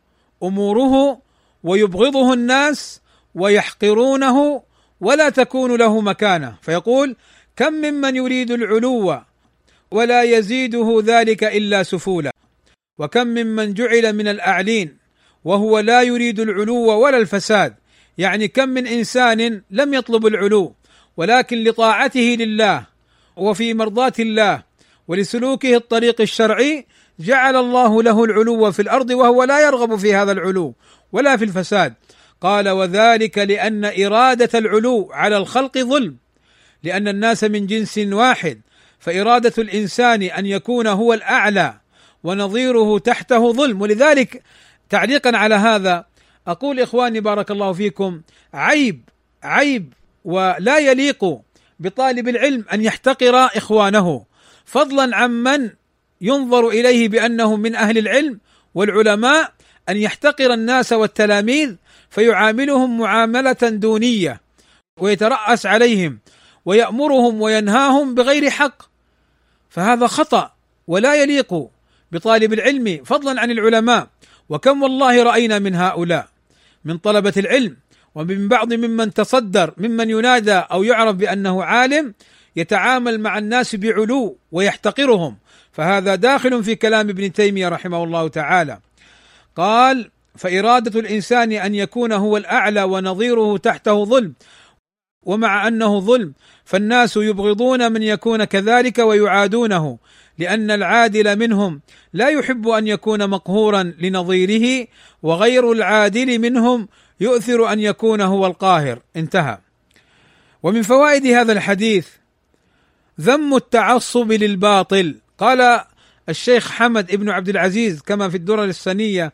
[SPEAKER 1] أموره ويبغضه الناس ويحقرونه ولا تكون له مكانة، فيقول: كم ممن يريد العلو ولا يزيده ذلك إلا سفولا، وكم ممن جعل من الأعلين وهو لا يريد العلو ولا الفساد. يعني كم من إنسان لم يطلب العلو، ولكن لطاعته لله وفي مرضاة الله ولسلوكه الطريق الشرعي جعل الله له العلو في الأرض وهو لا يرغب في هذا العلو ولا في الفساد. قال: وذلك لأن إرادة العلو على الخلق ظلم، لأن الناس من جنس واحد، فإرادة الإنسان أن يكون هو الأعلى ونظيره تحته ظلم. ولذلك تعليقا على هذا أقول إخواني بارك الله فيكم، عيب عيب ولا يليق بطالب العلم أن يحتقر إخوانه، فضلا عمن ينظر إليه بأنه من أهل العلم والعلماء، أن يحتقر الناس والتلاميذ فيعاملهم معاملة دونية ويترأس عليهم ويأمرهم وينهاهم بغير حق. فهذا خطأ ولا يليق بطالب العلم فضلا عن العلماء. وكم والله رأينا من هؤلاء من طلبة العلم ومن بعض ممن تصدر ممن ينادى أو يعرف بأنه عالم يتعامل مع الناس بعلو ويحتقرهم، فهذا داخل في كلام ابن تيمية رحمه الله تعالى. قال: فإرادة الإنسان أن يكون هو الأعلى ونظيره تحته ظلم، ومع أنه ظلم فالناس يبغضون من يكون كذلك ويعادونه، لأن العادل منهم لا يحب أن يكون مقهورا لنظيره، وغير العادل منهم يؤثر أن يكون هو القاهر. انتهى. ومن فوائد هذا الحديث ذم التعصب للباطل. قال الشيخ حمد ابن عبد العزيز كما في الدرر السنية: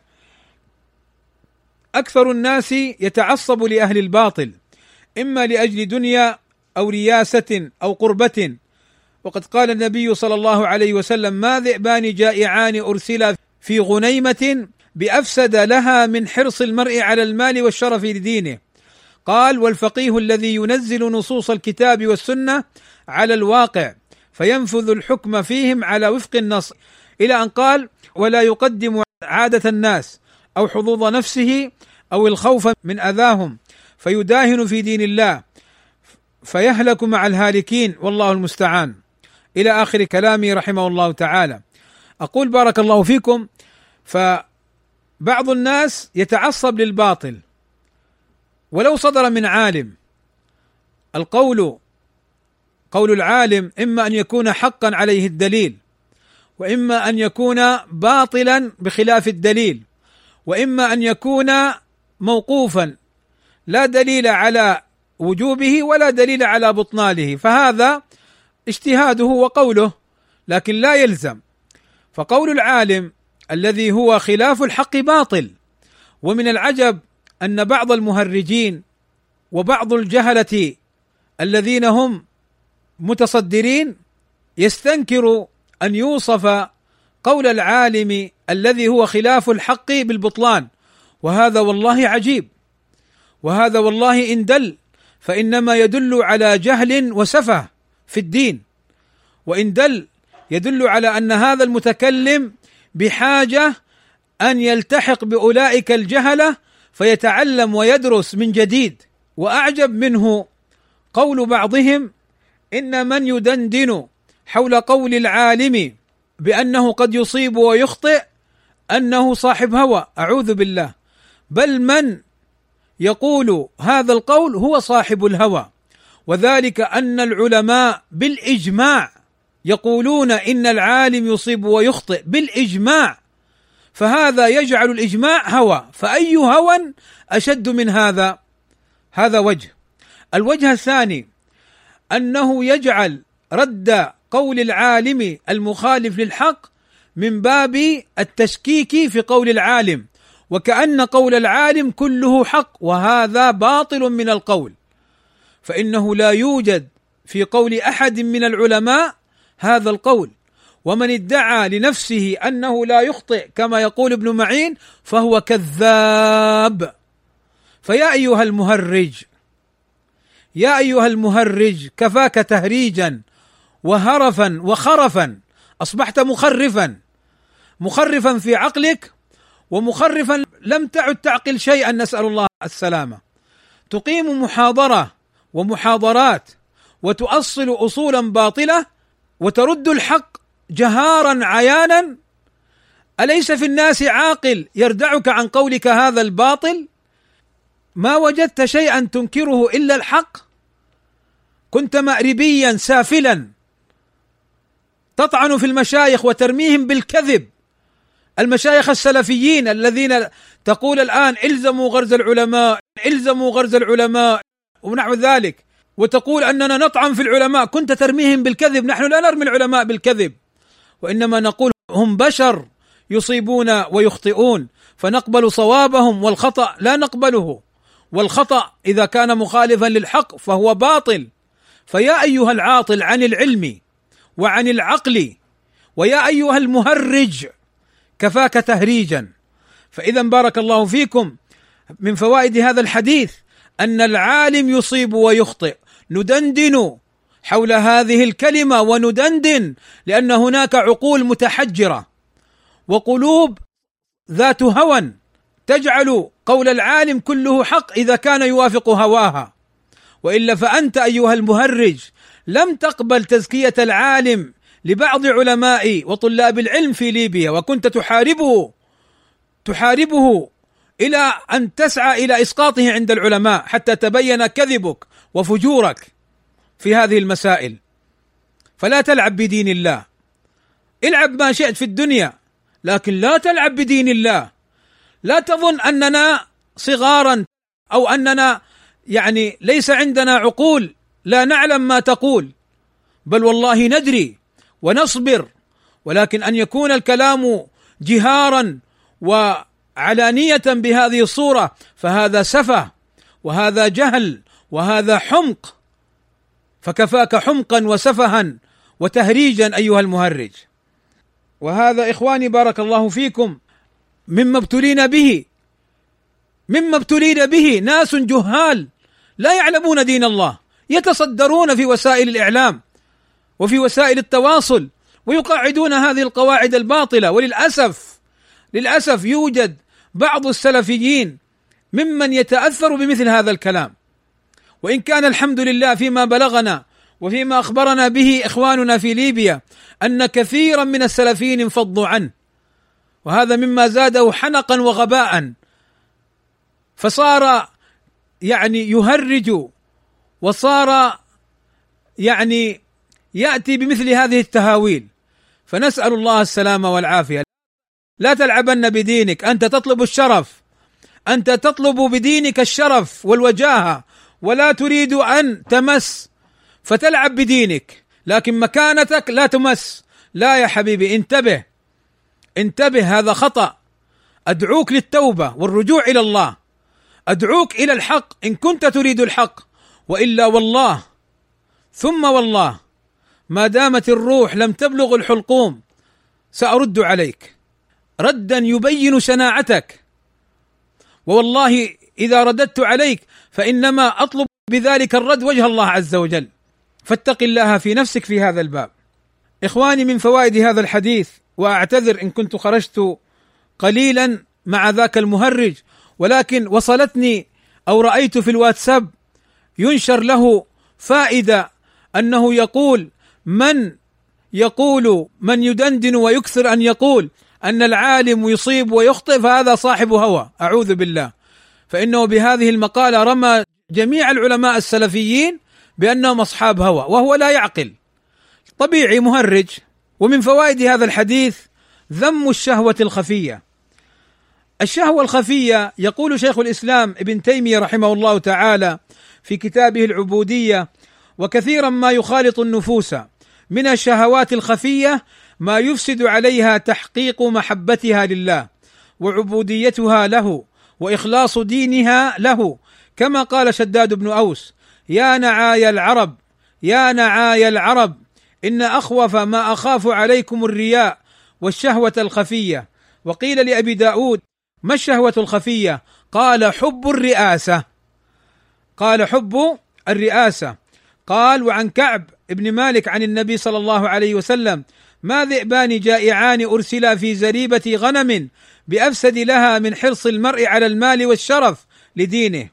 [SPEAKER 1] أكثر الناس يتعصب لأهل الباطل، إما لأجل دنيا أو رياسة أو قربة، وقد قال النبي صلى الله عليه وسلم: ما ذئبان جائعان أرسلا في غنيمة بأفسد لها من حرص المرء على المال والشرف لدينه. قال: والفقيه الذي ينزل نصوص الكتاب والسنة على الواقع فينفذ الحكم فيهم على وفق النص، إلى أن قال: ولا يقدم عادة الناس أو حظوظ نفسه أو الخوف من أذاهم فيداهن في دين الله فيهلك مع الهالكين والله المستعان، إلى آخر كلامه رحمه الله تعالى. أقول بارك الله فيكم، فبعض الناس يتعصب للباطل ولو صدر من عالم. القول قول العالم إما أن يكون حقا عليه الدليل، وإما أن يكون باطلا بخلاف الدليل، وإما أن يكون موقوفا لا دليل على وجوبه ولا دليل على بطلانه، فهذا اجتهاده وقوله لكن لا يلزم. فقول العالم الذي هو خلاف الحق باطل. ومن العجب أن بعض المهرجين وبعض الجهلة الذين هم متصدرين يستنكر أن يوصف قول العالم الذي هو خلاف الحق بالبطلان، وهذا والله عجيب، وهذا والله إن دل فإنما يدل على جهل وسفه في الدين، وإن دل يدل على أن هذا المتكلم بحاجة أن يلتحق بأولئك الجهلة فيتعلم ويدرس من جديد. وأعجب منه قول بعضهم: إن من يدندن حول قول العالم بأنه قد يصيب ويخطئ أنه صاحب هوى. أعوذ بالله، بل من يقول هذا القول هو صاحب الهوى، وذلك أن العلماء بالإجماع يقولون إن العالم يصيب ويخطئ بالإجماع، فهذا يجعل الإجماع هوى، فأي هوى أشد من هذا؟ هذا وجه. الوجه الثاني أنه يجعل رد قول العالم المخالف للحق من باب التشكيك في قول العالم، وكأن قول العالم كله حق، وهذا باطل من القول، فإنه لا يوجد في قول أحد من العلماء هذا القول، ومن ادعى لنفسه أنه لا يخطئ كما يقول ابن معين فهو كذاب. فيا أيها المهرج، يا أيها المهرج، كفاك تهريجا وهرفا وخرفا، أصبحت مخرفا، مخرفا في عقلك ومخرفا لم تعد تعقل شيئا، نسأل الله السلامة. تقيم محاضرة ومحاضرات وتؤصل أصولا باطلة وترد الحق جهارا عيانا. أليس في الناس عاقل يردعك عن قولك هذا الباطل؟ ما وجدت شيئا تنكره إلا الحق؟ كنت مأربيا سافلا تطعن في المشايخ وترميهم بالكذب، المشايخ السلفيين الذين تقول الآن الزموا غرز العلماء، الزموا غرز العلماء ونحو ذلك، وتقول أننا نطعن في العلماء، كنت ترميهم بالكذب. نحن لا نرمي العلماء بالكذب، وإنما نقول هم بشر يصيبون ويخطئون، فنقبل صوابهم والخطأ لا نقبله، والخطأ إذا كان مخالفا للحق فهو باطل. فيا أيها العاطل عن العلم وعن العقل، ويا أيها المهرج، كفاك تهريجا. فإذا بارك الله فيكم، من فوائد هذا الحديث أن العالم يصيب ويخطئ، ندندن حول هذه الكلمة وندندن، لأن هناك عقول متحجرة وقلوب ذات هوى تجعل قول العالم كله حق إذا كان يوافق هواها، وإلا فأنت أيها المهرج لم تقبل تزكية العالم لبعض علماء وطلاب العلم في ليبيا، وكنت تحاربه تحاربه إلى أن تسعى إلى إسقاطه عند العلماء حتى تبين كذبك وفجورك في هذه المسائل. فلا تلعب بدين الله، العب ما شئت في الدنيا لكن لا تلعب بدين الله. لا تظن أننا صغارا أو أننا يعني ليس عندنا عقول لا نعلم ما تقول، بل والله ندري ونصبر، ولكن أن يكون الكلام جهارا وعلانية بهذه الصورة فهذا سفه وهذا جهل وهذا حمق، فكفاك حمقا وسفها وتهريجا أيها المهرج. وهذا إخواني بارك الله فيكم مما ابتلينا به مما ابتلينا به ناس جهال لا يعلمون دين الله، يتصدرون في وسائل الإعلام وفي وسائل التواصل ويقاعدون هذه القواعد الباطلة. وللأسف للأسف يوجد بعض السلفيين ممن يتأثر بمثل هذا الكلام، وإن كان الحمد لله فيما بلغنا وفيما أخبرنا به إخواننا في ليبيا أن كثيرا من السلفيين انفضوا عنه، وهذا مما زاده حنقا وغباء، فصار يعني يهرج وصار يعني يأتي بمثل هذه التهاويل، فنسأل الله السلامة والعافية. لا تلعبن بدينك، أنت تطلب الشرف، أنت تطلب بدينك الشرف والوجاهة، ولا تريد أن تمس فتلعب بدينك، لكن مكانتك لا تمس. لا يا حبيبي، انتبه انتبه، هذا خطأ. أدعوك للتوبة والرجوع إلى الله، أدعوك إلى الحق إن كنت تريد الحق، وإلا والله ثم والله ما دامت الروح لم تبلغ الحلقوم سأرد عليك ردا يبين شناعتك، ووالله إذا رددت عليك فإنما أطلب بذلك الرد وجه الله عز وجل، فاتق الله في نفسك في هذا الباب. إخواني، من فوائد هذا الحديث، وأعتذر إن كنت خرجت قليلا مع ذاك المهرج، ولكن وصلتني أو رأيت في الواتساب ينشر له فائدة أنه يقول من يقول من يدندن ويكثر أن يقول أن العالم يصيب ويخطئ فهذا صاحب هوى، أعوذ بالله، فإنه بهذه المقالة رمى جميع العلماء السلفيين بأنهم أصحاب هوى، وهو لا يعقل، طبيعي مهرج. ومن فوائد هذا الحديث ذم الشهوة الخفية. الشهوة الخفية يقول شيخ الإسلام ابن تيمية رحمه الله تعالى في كتابه العبودية: وكثيرا ما يخالط النفوس من الشهوات الخفية ما يفسد عليها تحقيق محبتها لله وعبوديتها له وإخلاص دينها له، كما قال شداد بن أوس: يا نعاي العرب يا نعاي العرب إن أخوف ما أخاف عليكم الرياء والشهوة الخفية. وقيل لأبي داود: ما الشهوة الخفية؟ قال: حب الرئاسة قال حب الرئاسة قال: وعن كعب ابن مالك عن النبي صلى الله عليه وسلم: ما ذئبان جائعان أرسلا في زريبة غنم بأفسد لها من حرص المرء على المال والشرف لدينه.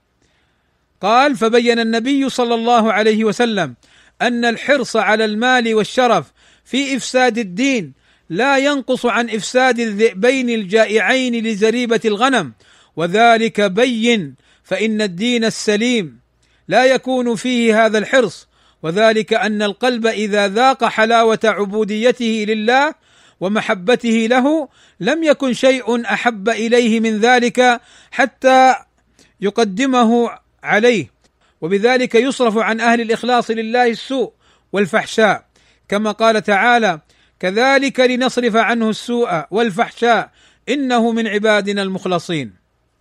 [SPEAKER 1] قال: فبين النبي صلى الله عليه وسلم أن الحرص على المال والشرف في إفساد الدين لا ينقص عن إفساد الذئبين الجائعين لزريبة الغنم، وذلك بين، فإن الدين السليم لا يكون فيه هذا الحرص، وذلك أن القلب إذا ذاق حلاوة عبوديته لله ومحبته له لم يكن شيء أحب إليه من ذلك حتى يقدمه عليه، وبذلك يصرف عن أهل الإخلاص لله السوء والفحشاء، كما قال تعالى: كذلك لنصرف عنه السوء والفحشاء إنه من عبادنا المخلصين،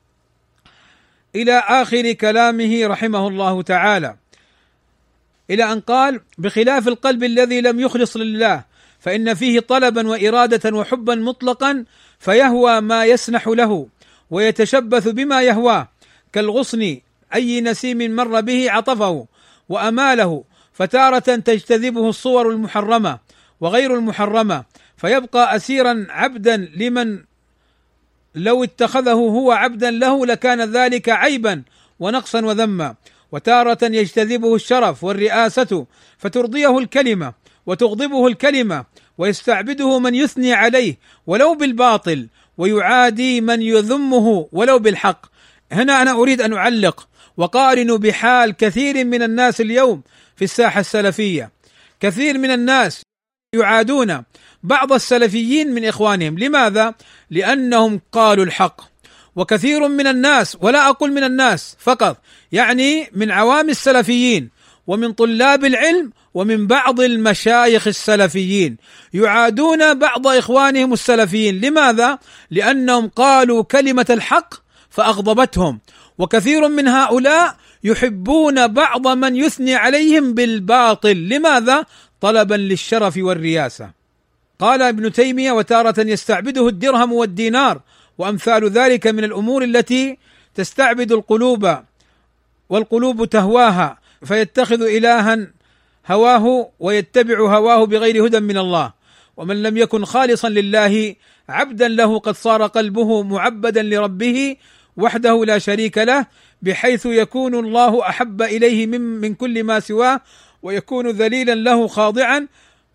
[SPEAKER 1] إلى آخر كلامه رحمه الله تعالى، إلى أن قال: بخلاف القلب الذي لم يخلص لله فإن فيه طلبا وإرادة وحبا مطلقا، فيهوى ما يسنح له ويتشبث بما يهواه، كالغصن أي نسيم مر به عطفه وأماله، فتارة تجتذبه الصور المحرمة وغير المحرمة فيبقى أسيرا عبدا لمن لو اتخذه هو عبدا له لكان ذلك عيبا ونقصا وذما. وتارة يجتذبه الشرف والرئاسة فترضيه الكلمة وتغضبه الكلمة ويستعبده من يثني عليه ولو بالباطل ويعادي من يذمه ولو بالحق. هنا أنا أريد أن أعلق وقارن بحال كثير من الناس اليوم في الساحة السلفية. كثير من الناس يعادون بعض السلفيين من إخوانهم. لماذا؟ لأنهم قالوا الحق. وكثير من الناس، ولا أقول من الناس فقط، يعني من عوام السلفيين ومن طلاب العلم ومن بعض المشايخ السلفيين يعادون بعض إخوانهم السلفيين. لماذا؟ لأنهم قالوا كلمة الحق فأغضبتهم. وكثير من هؤلاء يحبون بعض من يثني عليهم بالباطل. لماذا؟ طلبا للشرف والرياسة. قال ابن تيمية: وتارة يستعبده الدرهم والدينار وأمثال ذلك من الأمور التي تستعبد القلوب والقلوب تهواها فيتخذ إلها هواه ويتبع هواه بغير هدى من الله. ومن لم يكن خالصا لله عبدا له قد صار قلبه معبدا لربه وحده لا شريك له، بحيث يكون الله أحب إليه من, من كل ما سواه ويكون ذليلا له خاضعا،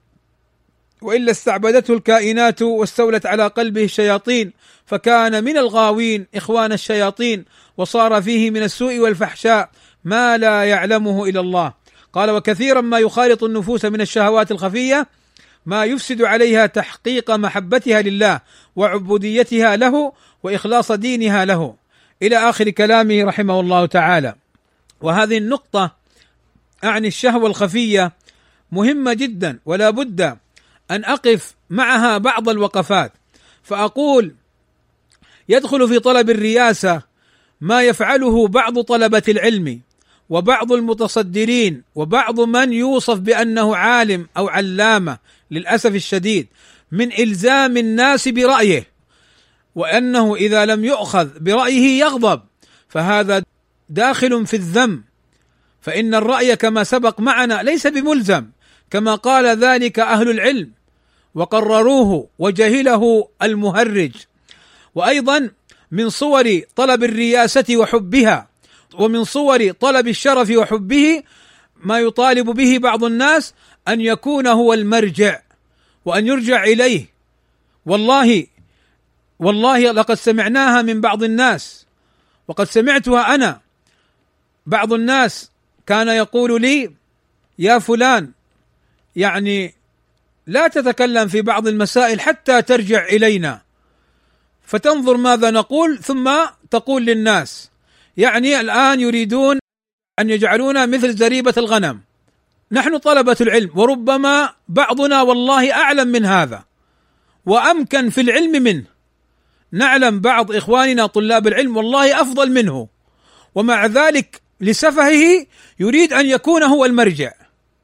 [SPEAKER 1] وإلا استعبدته الكائنات واستولت على قلبه الشياطين فكان من الغاوين إخوان الشياطين وصار فيه من السوء والفحشاء ما لا يعلمه إلا الله. قال: وكثيرا ما يخالط النفوس من الشهوات الخفية ما يفسد عليها تحقيق محبتها لله وعبوديتها له وإخلاص دينها له، إلى آخر كلامه رحمه الله تعالى. وهذه النقطة أعني الشهوة الخفية مهمة جدا، ولا بد أن أقف معها بعض الوقفات. فأقول: يدخل في طلب الرياسة ما يفعله بعض طلبة العلم وبعض المتصدرين وبعض من يوصف بأنه عالم أو علامة للأسف الشديد، من إلزام الناس برأيه، وأنه إذا لم يؤخذ برأيه يغضب، فهذا داخل في الذم. فإن الرأي كما سبق معنا ليس بملزم، كما قال ذلك أهل العلم وقرروه وجهله المهرج. وأيضا من صور طلب الرياسة وحبها ومن صور طلب الشرف وحبه ما يطالب به بعض الناس أن يكون هو المرجع وأن يرجع إليه. والله والله لقد سمعناها من بعض الناس، وقد سمعتها أنا. بعض الناس كان يقول لي: يا فلان، يعني لا تتكلم في بعض المسائل حتى ترجع إلينا فتنظر ماذا نقول ثم تقول للناس. يعني الآن يريدون أن يجعلونا مثل زريبة الغنم. نحن طلبة العلم، وربما بعضنا والله أعلم من هذا وأمكن في العلم منه. نعلم بعض إخواننا طلاب العلم والله أفضل منه، ومع ذلك لسفهه يريد أن يكون هو المرجع.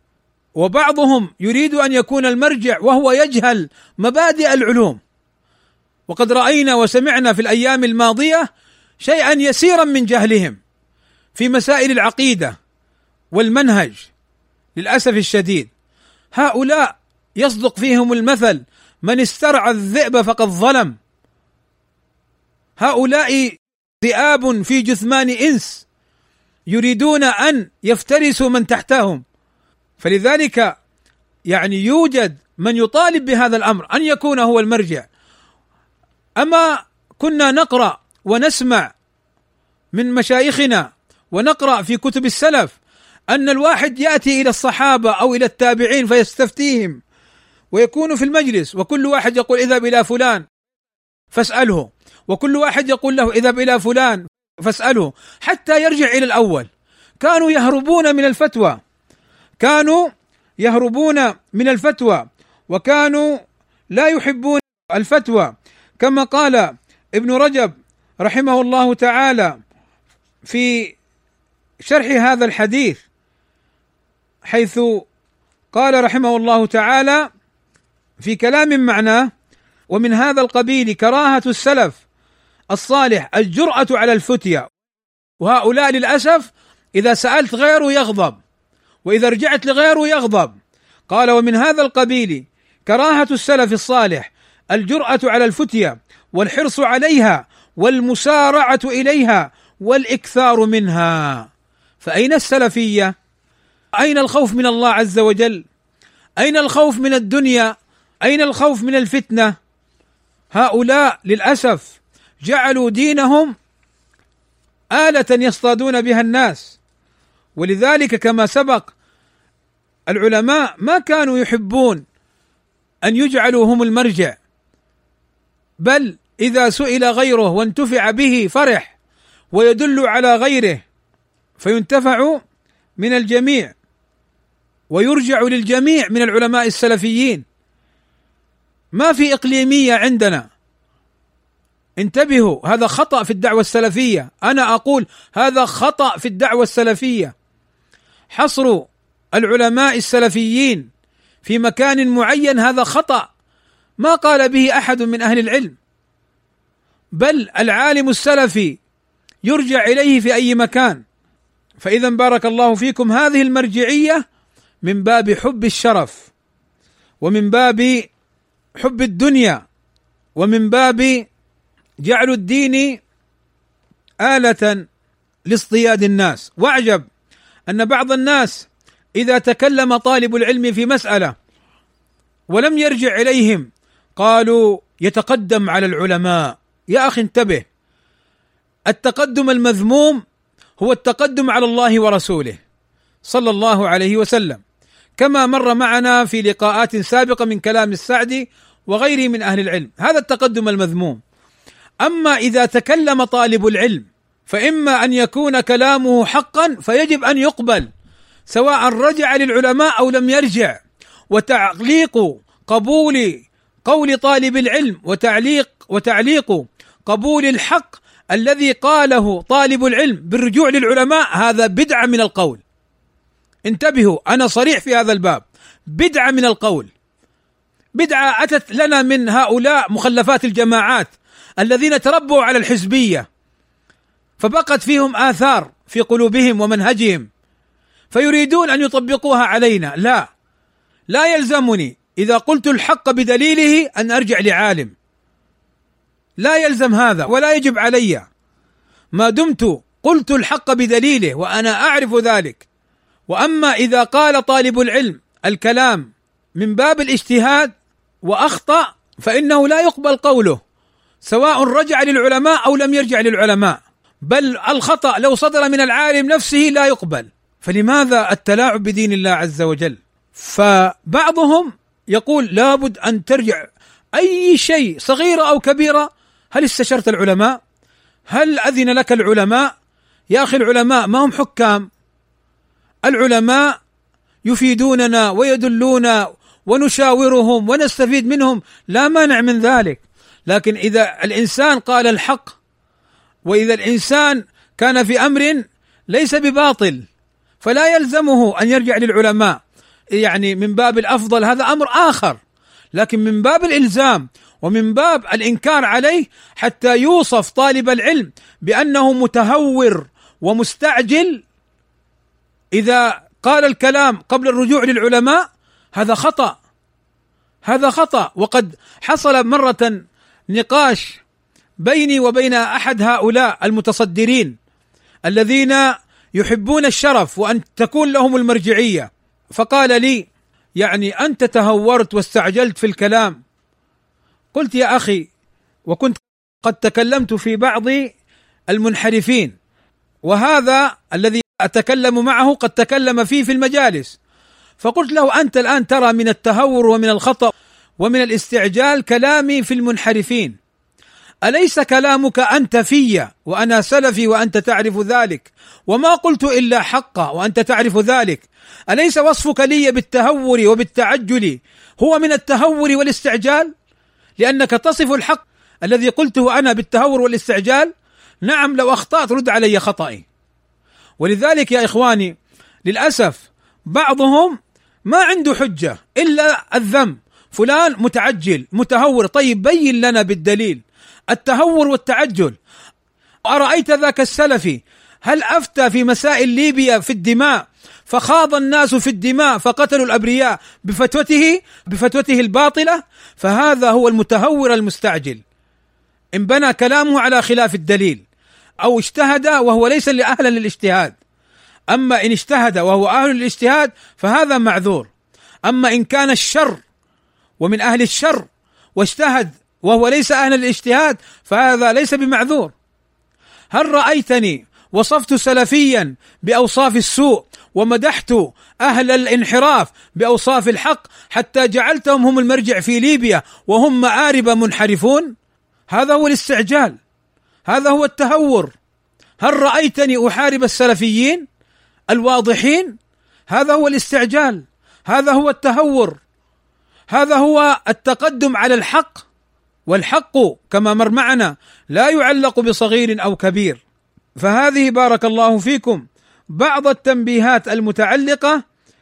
[SPEAKER 1] وبعضهم يريد أن يكون المرجع وهو يجهل مبادئ العلوم. وقد رأينا وسمعنا في الأيام الماضية شيئا يسيرا من جهلهم في مسائل العقيدة والمنهج للأسف الشديد. هؤلاء يصدق فيهم المثل: من استرعى الذئب فقد ظلم. هؤلاء ذئاب في جثمان إنس يريدون أن يفترسوا من تحتهم. فلذلك يعني يوجد من يطالب بهذا الأمر أن يكون هو المرجع. أما كنا نقرأ ونسمع من مشايخنا ونقرأ في كتب السلف أن الواحد يأتي إلى الصحابة أو إلى التابعين فيستفتيهم ويكون في المجلس، وكل واحد يقول: اذهب إلى فلان فاسأله، وكل واحد يقول له: اذهب إلى فلان فاسأله، حتى يرجع إلى الأول. كانوا يهربون من الفتوى كانوا يهربون من الفتوى وكانوا لا يحبون الفتوى، كما قال ابن رجب رحمه الله تعالى في شرح هذا الحديث، حيث قال رحمه الله تعالى في كلام معناه: ومن هذا القبيل كراهة السلف الصالح الجرأة على الفتيا. وهؤلاء للأسف إذا سألت غيره يغضب وإذا رجعت لغيره يغضب. قال: ومن هذا القبيل كراهة السلف الصالح الجرأة على الفتية والحرص عليها والمسارعة إليها والإكثار منها. فأين السلفية؟ أين الخوف من الله عز وجل؟ أين الخوف من الدنيا؟ أين الخوف من الفتنة؟ هؤلاء للأسف جعلوا دينهم آلة يصطادون بها الناس، ولذلك كما سبق العلماء ما كانوا يحبون أن يجعلوا هم المرجع، بل إذا سئل غيره وانتفع به فرح ويدل على غيره فينتفع من الجميع ويرجع للجميع من العلماء السلفيين. ما في إقليمية عندنا، انتبهوا، هذا خطأ في الدعوة السلفية. أنا أقول هذا خطأ في الدعوة السلفية، حصر العلماء السلفيين في مكان معين هذا خطأ ما قال به أحد من أهل العلم، بل العالم السلفي يرجع إليه في أي مكان. فإذا بارك الله فيكم، هذه المرجعية من باب حب الشرف ومن باب حب الدنيا ومن باب جعل الدين آلة لاصطياد الناس. واعجب أن بعض الناس إذا تكلم طالب العلم في مسألة ولم يرجع إليهم قالوا يتقدم على العلماء. يا أخي انتبه، التقدم المذموم هو التقدم على الله ورسوله صلى الله عليه وسلم، كما مر معنا في لقاءات سابقة من كلام السعدي وغيره من أهل العلم، هذا التقدم المذموم. أما إذا تكلم طالب العلم فإما أن يكون كلامه حقا فيجب أن يقبل سواء رجع للعلماء أو لم يرجع، وتعليق قبول قول طالب العلم وتعليق وتعليق قبول الحق الذي قاله طالب العلم بالرجوع للعلماء هذا بدعة من القول. انتبهوا، أنا صريح في هذا الباب، بدعة من القول، بدعة أتت لنا من هؤلاء مخلفات الجماعات الذين تربوا على الحزبية فبقت فيهم آثار في قلوبهم ومنهجهم فيريدون أن يطبقوها علينا. لا لا يلزمني إذا قلت الحق بدليله أن أرجع لعالم، لا يلزم هذا ولا يجب علي ما دمت قلت الحق بدليله وأنا أعرف ذلك. وأما إذا قال طالب العلم الكلام من باب الاجتهاد وأخطأ فإنه لا يقبل قوله سواء رجع للعلماء أو لم يرجع للعلماء، بل الخطأ لو صدر من العالم نفسه لا يقبل. فلماذا التلاعب بدين الله عز وجل؟ فبعضهم يقول لابد أن ترجع أي شيء صغيرة أو كبيرة. هل استشرت العلماء؟ هل أذن لك العلماء؟ يا أخي العلماء ما هم حكام، العلماء يفيدوننا ويدلونا ونشاورهم ونستفيد منهم، لا مانع من ذلك. لكن إذا الإنسان قال الحق وإذا الإنسان كان في أمر ليس بباطل فلا يلزمه أن يرجع للعلماء، يعني من باب الأفضل هذا أمر آخر، لكن من باب الإلزام ومن باب الإنكار عليه حتى يوصف طالب العلم بأنه متهور ومستعجل إذا قال الكلام قبل الرجوع للعلماء، هذا خطأ، هذا خطأ. وقد حصل مرة نقاش بيني وبين أحد هؤلاء المتصدرين الذين يحبون الشرف وأن تكون لهم المرجعية، فقال لي يعني أنت تهورت واستعجلت في الكلام. قلت يا أخي، وكنت قد تكلمت في بعض المنحرفين، وهذا الذي أتكلم معه قد تكلم فيه في المجالس، فقلت له أنت الآن ترى من التهور ومن الخطأ ومن الاستعجال كلامي في المنحرفين، أليس كلامك أنت في وأنا سلفي وأنت تعرف ذلك وما قلت إلا حقا وأنت تعرف ذلك؟ أليس وصفك لي بالتهور وبالتعجل هو من التهور والاستعجال؟ لأنك تصف الحق الذي قلته أنا بالتهور والاستعجال. نعم لو أخطأت رد علي خطأي. ولذلك يا إخواني للأسف بعضهم ما عنده حجة إلا الذم، فلان متعجل متهور. طيب بين لنا بالدليل التهور والتعجل. أرأيت ذاك السلفي هل أفتى في مسائل ليبيا في الدماء فخاض الناس في الدماء فقتلوا الأبرياء بفتوته بفتوته الباطلة، فهذا هو المتهور المستعجل، إن بنى كلامه على خلاف الدليل أو اجتهد وهو ليس أهلا للاجتهاد. أما إن اجتهد وهو أهل للاجتهاد فهذا معذور. أما إن كان الشر ومن أهل الشر واجتهد وهو ليس أهلا للاجتهاد فهذا ليس بمعذور. هل رأيتني وصفت سلفيا بأوصاف السوء ومدحت أهل الانحراف بأوصاف الحق حتى جعلتهم هم المرجع في ليبيا وهم مآرب منحرفون؟ هذا هو الاستعجال، هذا هو التهور. هل رأيتني أحارب السلفيين الواضحين؟ هذا هو الاستعجال، هذا هو التهور، هذا هو التقدم على الحق. والحق كما مر معنا لا يعلق بصغير أو كبير. فهذه بارك الله فيكم بعض التنبيهات المتعلقة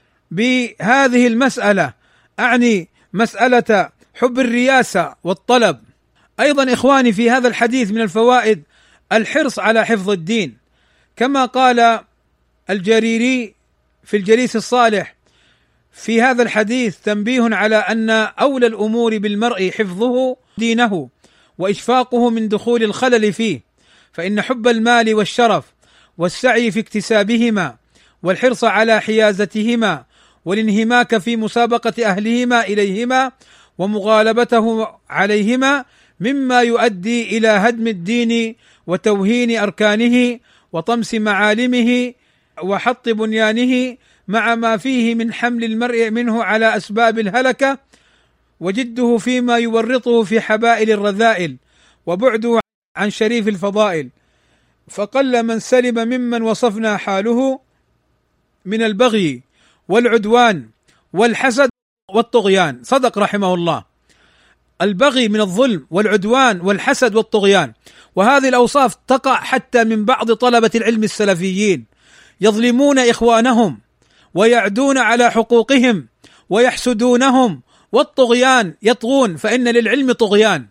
[SPEAKER 1] بهذه المسألة، أعني مسألة حب الرياسة والطلب. أيضا إخواني في هذا الحديث من الفوائد الحرص على حفظ الدين، كما قال الجريري في الجليس الصالح في هذا الحديث تنبيه على أن أولى الأمور بالمرء حفظه دينه وإشفاقه من دخول الخلل فيه، فإن حب المال والشرف والسعي في اكتسابهما والحرص على حيازتهما والانهماك في مسابقة أهلهما إليهما ومغالبته عليهما مما يؤدي إلى هدم الدين وتوهين أركانه وطمس معالمه وحط بنيانه، مع ما فيه من حمل المرء منه على أسباب الهلكة وجده فيما يورطه في حبائل الرذائل وبعده عن شريف الفضائل. فقل من سلم ممن وصفنا حاله من البغي والعدوان والحسد والطغيان. صدق رحمه الله، البغي من الظلم والعدوان والحسد والطغيان، وهذه الأوصاف تقع حتى من بعض طلبة العلم السلفيين، يظلمون إخوانهم ويعدون على حقوقهم ويحسدونهم، والطغيان يطغون، فإن للعلم طغيان.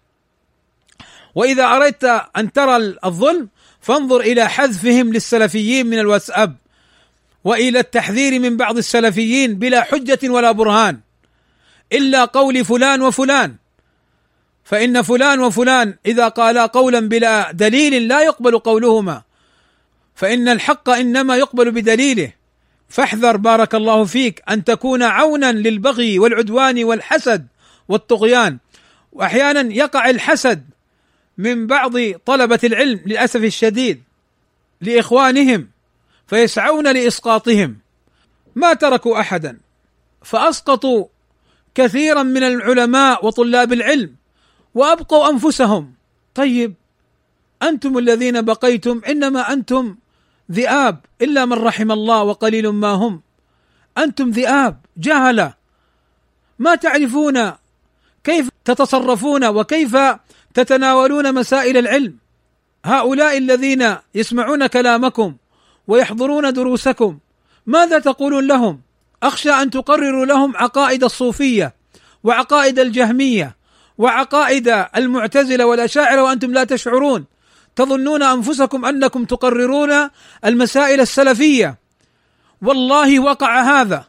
[SPEAKER 1] وإذا أردت أن ترى الظلم فانظر إلى حذفهم للسلفيين من الواتساب وإلى التحذير من بعض السلفيين بلا حجة ولا برهان إلا قول فلان وفلان، فإن فلان وفلان إذا قالا قولا بلا دليل لا يقبل قولهما، فإن الحق إنما يقبل بدليله. فاحذر بارك الله فيك أن تكون عونا للبغي والعدوان والحسد والطغيان. وأحيانا يقع الحسد من بعض طلبة العلم للأسف الشديد لإخوانهم فيسعون لإسقاطهم، ما تركوا أحدا فأسقطوا كثيرا من العلماء وطلاب العلم وأبقوا أنفسهم. طيب أنتم الذين بقيتم إنما أنتم ذئاب إلا من رحم الله وقليل ما هم، أنتم ذئاب جهلة ما تعرفون كيف تتصرفون وكيف تتناولون مسائل العلم. هؤلاء الذين يسمعون كلامكم ويحضرون دروسكم ماذا تقولون لهم؟ أخشى أن تقرروا لهم عقائد الصوفية وعقائد الجهمية وعقائد المعتزلة والأشاعرة وأنتم لا تشعرون، تظنون أنفسكم أنكم تقررون المسائل السلفية. والله وقع هذا،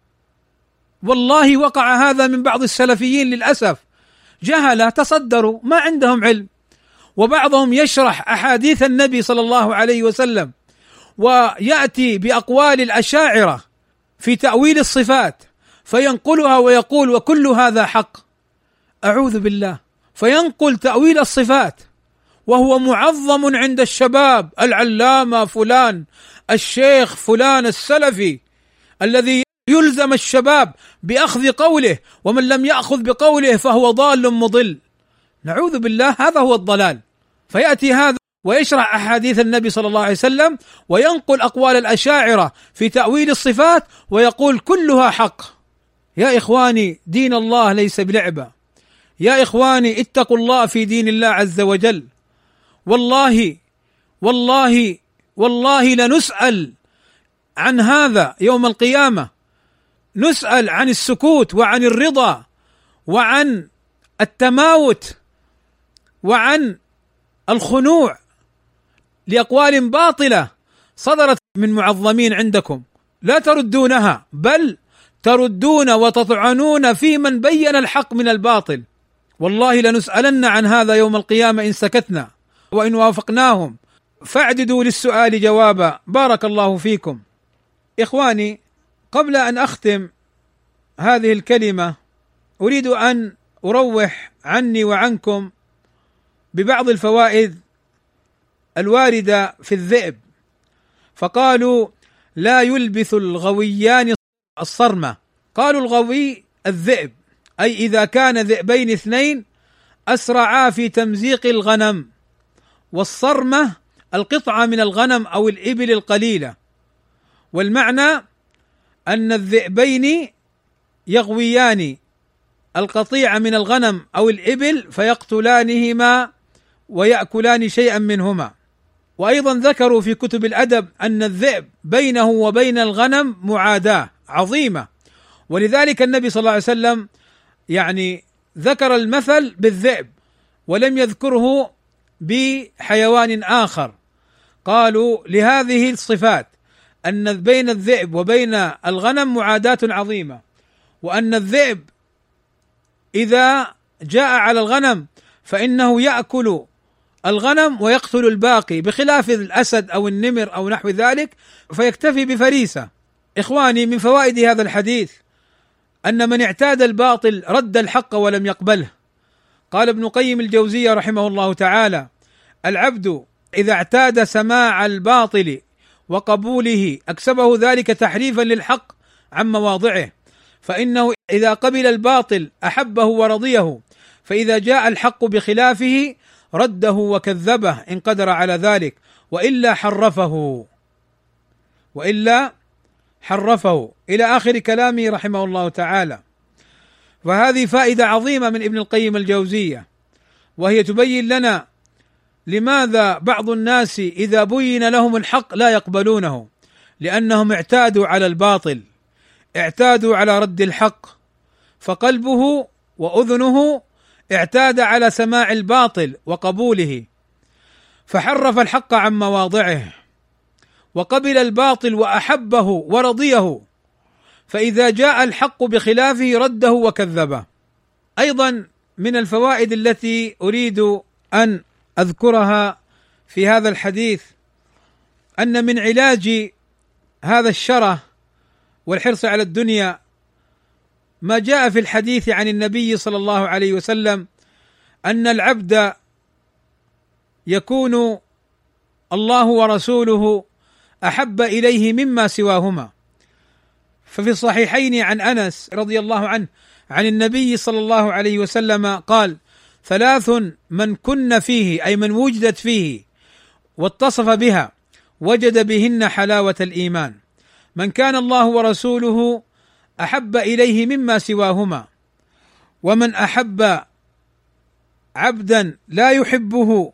[SPEAKER 1] والله وقع هذا من بعض السلفيين للأسف، جهلة تصدروا ما عندهم علم، وبعضهم يشرح أحاديث النبي صلى الله عليه وسلم ويأتي بأقوال الأشاعرة في تأويل الصفات فينقلها ويقول وكل هذا حق، أعوذ بالله، فينقل تأويل الصفات وهو معظم عند الشباب، العلامة فلان الشيخ فلان السلفي الذي يلزم الشباب بأخذ قوله، ومن لم يأخذ بقوله فهو ضال مضل، نعوذ بالله، هذا هو الضلال. فيأتي هذا ويشرح أحاديث النبي صلى الله عليه وسلم وينقل أقوال الأشاعرة في تأويل الصفات ويقول كلها حق. يا إخواني دين الله ليس بلعبة، يا إخواني اتقوا الله في دين الله عز وجل. والله والله والله لنسأل عن هذا يوم القيامة، نسأل عن السكوت وعن الرضا وعن التماوت وعن الخنوع لأقوال باطلة صدرت من معظمين عندكم. لا تردونها، بل تردون وتطعنون في من بين الحق من الباطل. والله لنسألن عن هذا يوم القيامة إن سكتنا وإن وافقناهم، فاعددوا للسؤال جوابا. بارك الله فيكم. إخواني، قبل أن أختم هذه الكلمة أريد أن أروح عني وعنكم ببعض الفوائد الواردة في الذئب. فقالوا: لا يلبث الغويان الصرمة. قالوا الغوي الذئب، أي إذا كان ذئبين اثنين أسرعا في تمزيق الغنم، والصرمة القطعة من الغنم أو الإبل القليلة. والمعنى أن الذئبين يغويان القطيع من الغنم أو الإبل فيقتلانهما ويأكلان شيئا منهما. وأيضا ذكروا في كتب الأدب أن الذئب بينه وبين الغنم معاداة عظيمة، ولذلك النبي صلى الله عليه وسلم يعني ذكر المثل بالذئب ولم يذكره بحيوان آخر. قالوا لهذه الصفات أن بين الذئب وبين الغنم معاداة عظيمة، وأن الذئب إذا جاء على الغنم فإنه يأكل الغنم ويقتل الباقي، بخلاف الأسد أو النمر أو نحو ذلك فيكتفي بفريسة. إخواني، من فوائد هذا الحديث أن من اعتاد الباطل رد الحق ولم يقبله. قال ابن قيم الجوزية رحمه الله تعالى: العبد إذا اعتاد سماع الباطل وقبوله أكسبه ذلك تحريفا للحق عن مواضعه، فإنه إذا قبل الباطل أحبه ورضيه، فإذا جاء الحق بخلافه رده وكذبه إن قدر على ذلك، وإلا حرفه وإلا حرفه إلى آخر كلامه رحمه الله تعالى. وهذه فائدة عظيمة من ابن القيم الجوزية، وهي تبين لنا لماذا بعض الناس إذا بين لهم الحق لا يقبلونه، لأنهم اعتادوا على الباطل، اعتادوا على رد الحق، فقلبه وأذنه اعتاد على سماع الباطل وقبوله، فحرف الحق عن مواضعه، وقبل الباطل وأحبه ورضيه، فإذا جاء الحق بخلافه رده وكذبه. أيضا من الفوائد التي أريد أن أذكرها في هذا الحديث أن من علاج هذا الشره والحرص على الدنيا ما جاء في الحديث عن النبي صلى الله عليه وسلم أن العبد يكون الله ورسوله أحب إليه مما سواهما. ففي الصحيحين عن أنس رضي الله عنه عن النبي صلى الله عليه وسلم قال: ثلاث من كن فيه، أي من وجدت فيه واتصف بها وجد بهن حلاوة الإيمان: من كان الله ورسوله أحب إليه مما سواهما، ومن أحب عبدا لا يحبه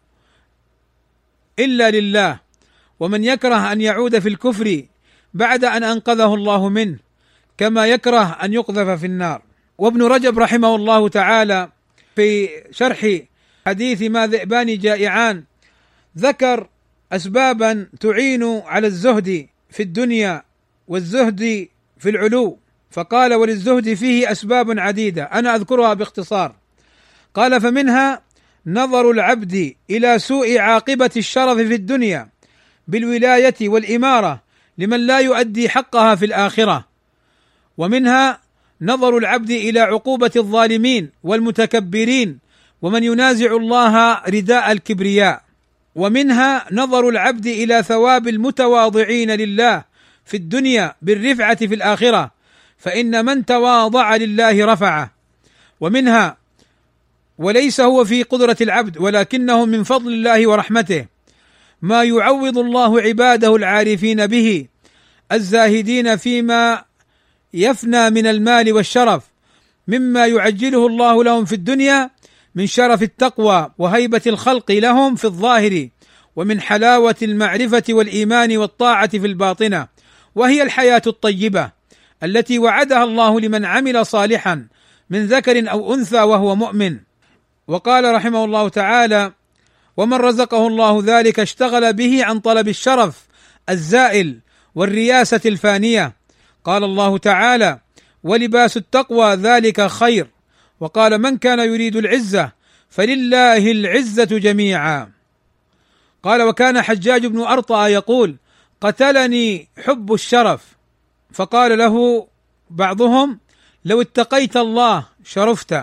[SPEAKER 1] إلا لله، ومن يكره أن يعود في الكفر بعد أن أنقذه الله منه، كما يكره أن يقذف في النار. وابن رجب رحمه الله تعالى في شرح حديث ما ذئبان جائعان ذكر أسبابا تعين على الزهد في الدنيا والزهد في العلو، فقال: وللزهد فيه أسباب عديدة أنا أذكرها باختصار. قال: فمنها نظر العبد إلى سوء عاقبة الشرف في الدنيا بالولاية والإمارة لمن لا يؤدي حقها في الآخرة، ومنها نظر العبد إلى عقوبة الظالمين والمتكبرين ومن ينازع الله رداء الكبرياء، ومنها نظر العبد إلى ثواب المتواضعين لله في الدنيا بالرفعة في الآخرة، فإن من تواضع لله رفعه، ومنها وليس هو في قدرة العبد ولكنه من فضل الله ورحمته ما يعوض الله عباده العارفين به الزاهدين فيما يفنى من المال والشرف، مما يعجله الله لهم في الدنيا من شرف التقوى وهيبة الخلق لهم في الظاهر، ومن حلاوة المعرفة والإيمان والطاعة في الباطنة، وهي الحياة الطيبة التي وعدها الله لمن عمل صالحا من ذكر أو أنثى وهو مؤمن. وقال رحمه الله تعالى: ومن رزقه الله ذلك اشتغل به عن طلب الشرف الزائل والرياسة الفانية، قال الله تعالى: ولباس التقوى ذلك خير. وقال: من كان يريد العزة فلله العزة جميعا. قال: وكان حجاج بن أرطأ يقول: قتلني حب الشرف. فقال له بعضهم: لو اتقيت الله شرفت.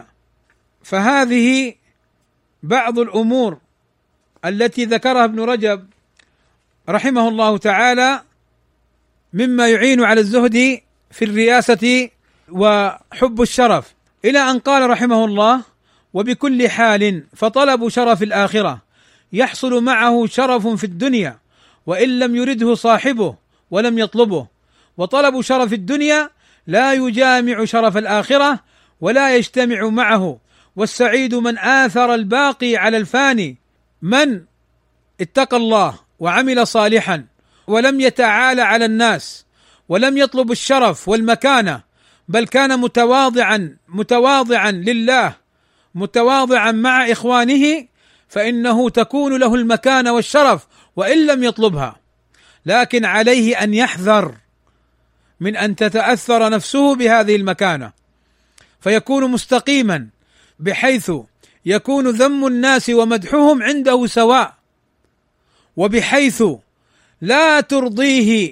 [SPEAKER 1] فهذه بعض الأمور التي ذكرها ابن رجب رحمه الله تعالى مما يعين على الزهد في الرياسة وحب الشرف، إلى أن قال رحمه الله: وبكل حال فطلب شرف الآخرة يحصل معه شرف في الدنيا وإن لم يرده صاحبه ولم يطلبه، وطلب شرف الدنيا لا يجامع شرف الآخرة ولا يجتمع معه. والسعيد من آثر الباقي على الفاني، من اتقى الله وعمل صالحا ولم يتعالى على الناس ولم يطلب الشرف والمكانة، بل كان متواضعا متواضعا لله متواضعا مع إخوانه، فإنه تكون له المكانة والشرف وإن لم يطلبها. لكن عليه أن يحذر من أن تتأثر نفسه بهذه المكانة، فيكون مستقيما بحيث يكون ذم الناس ومدحهم عنده سواء، وبحيث لا ترضيه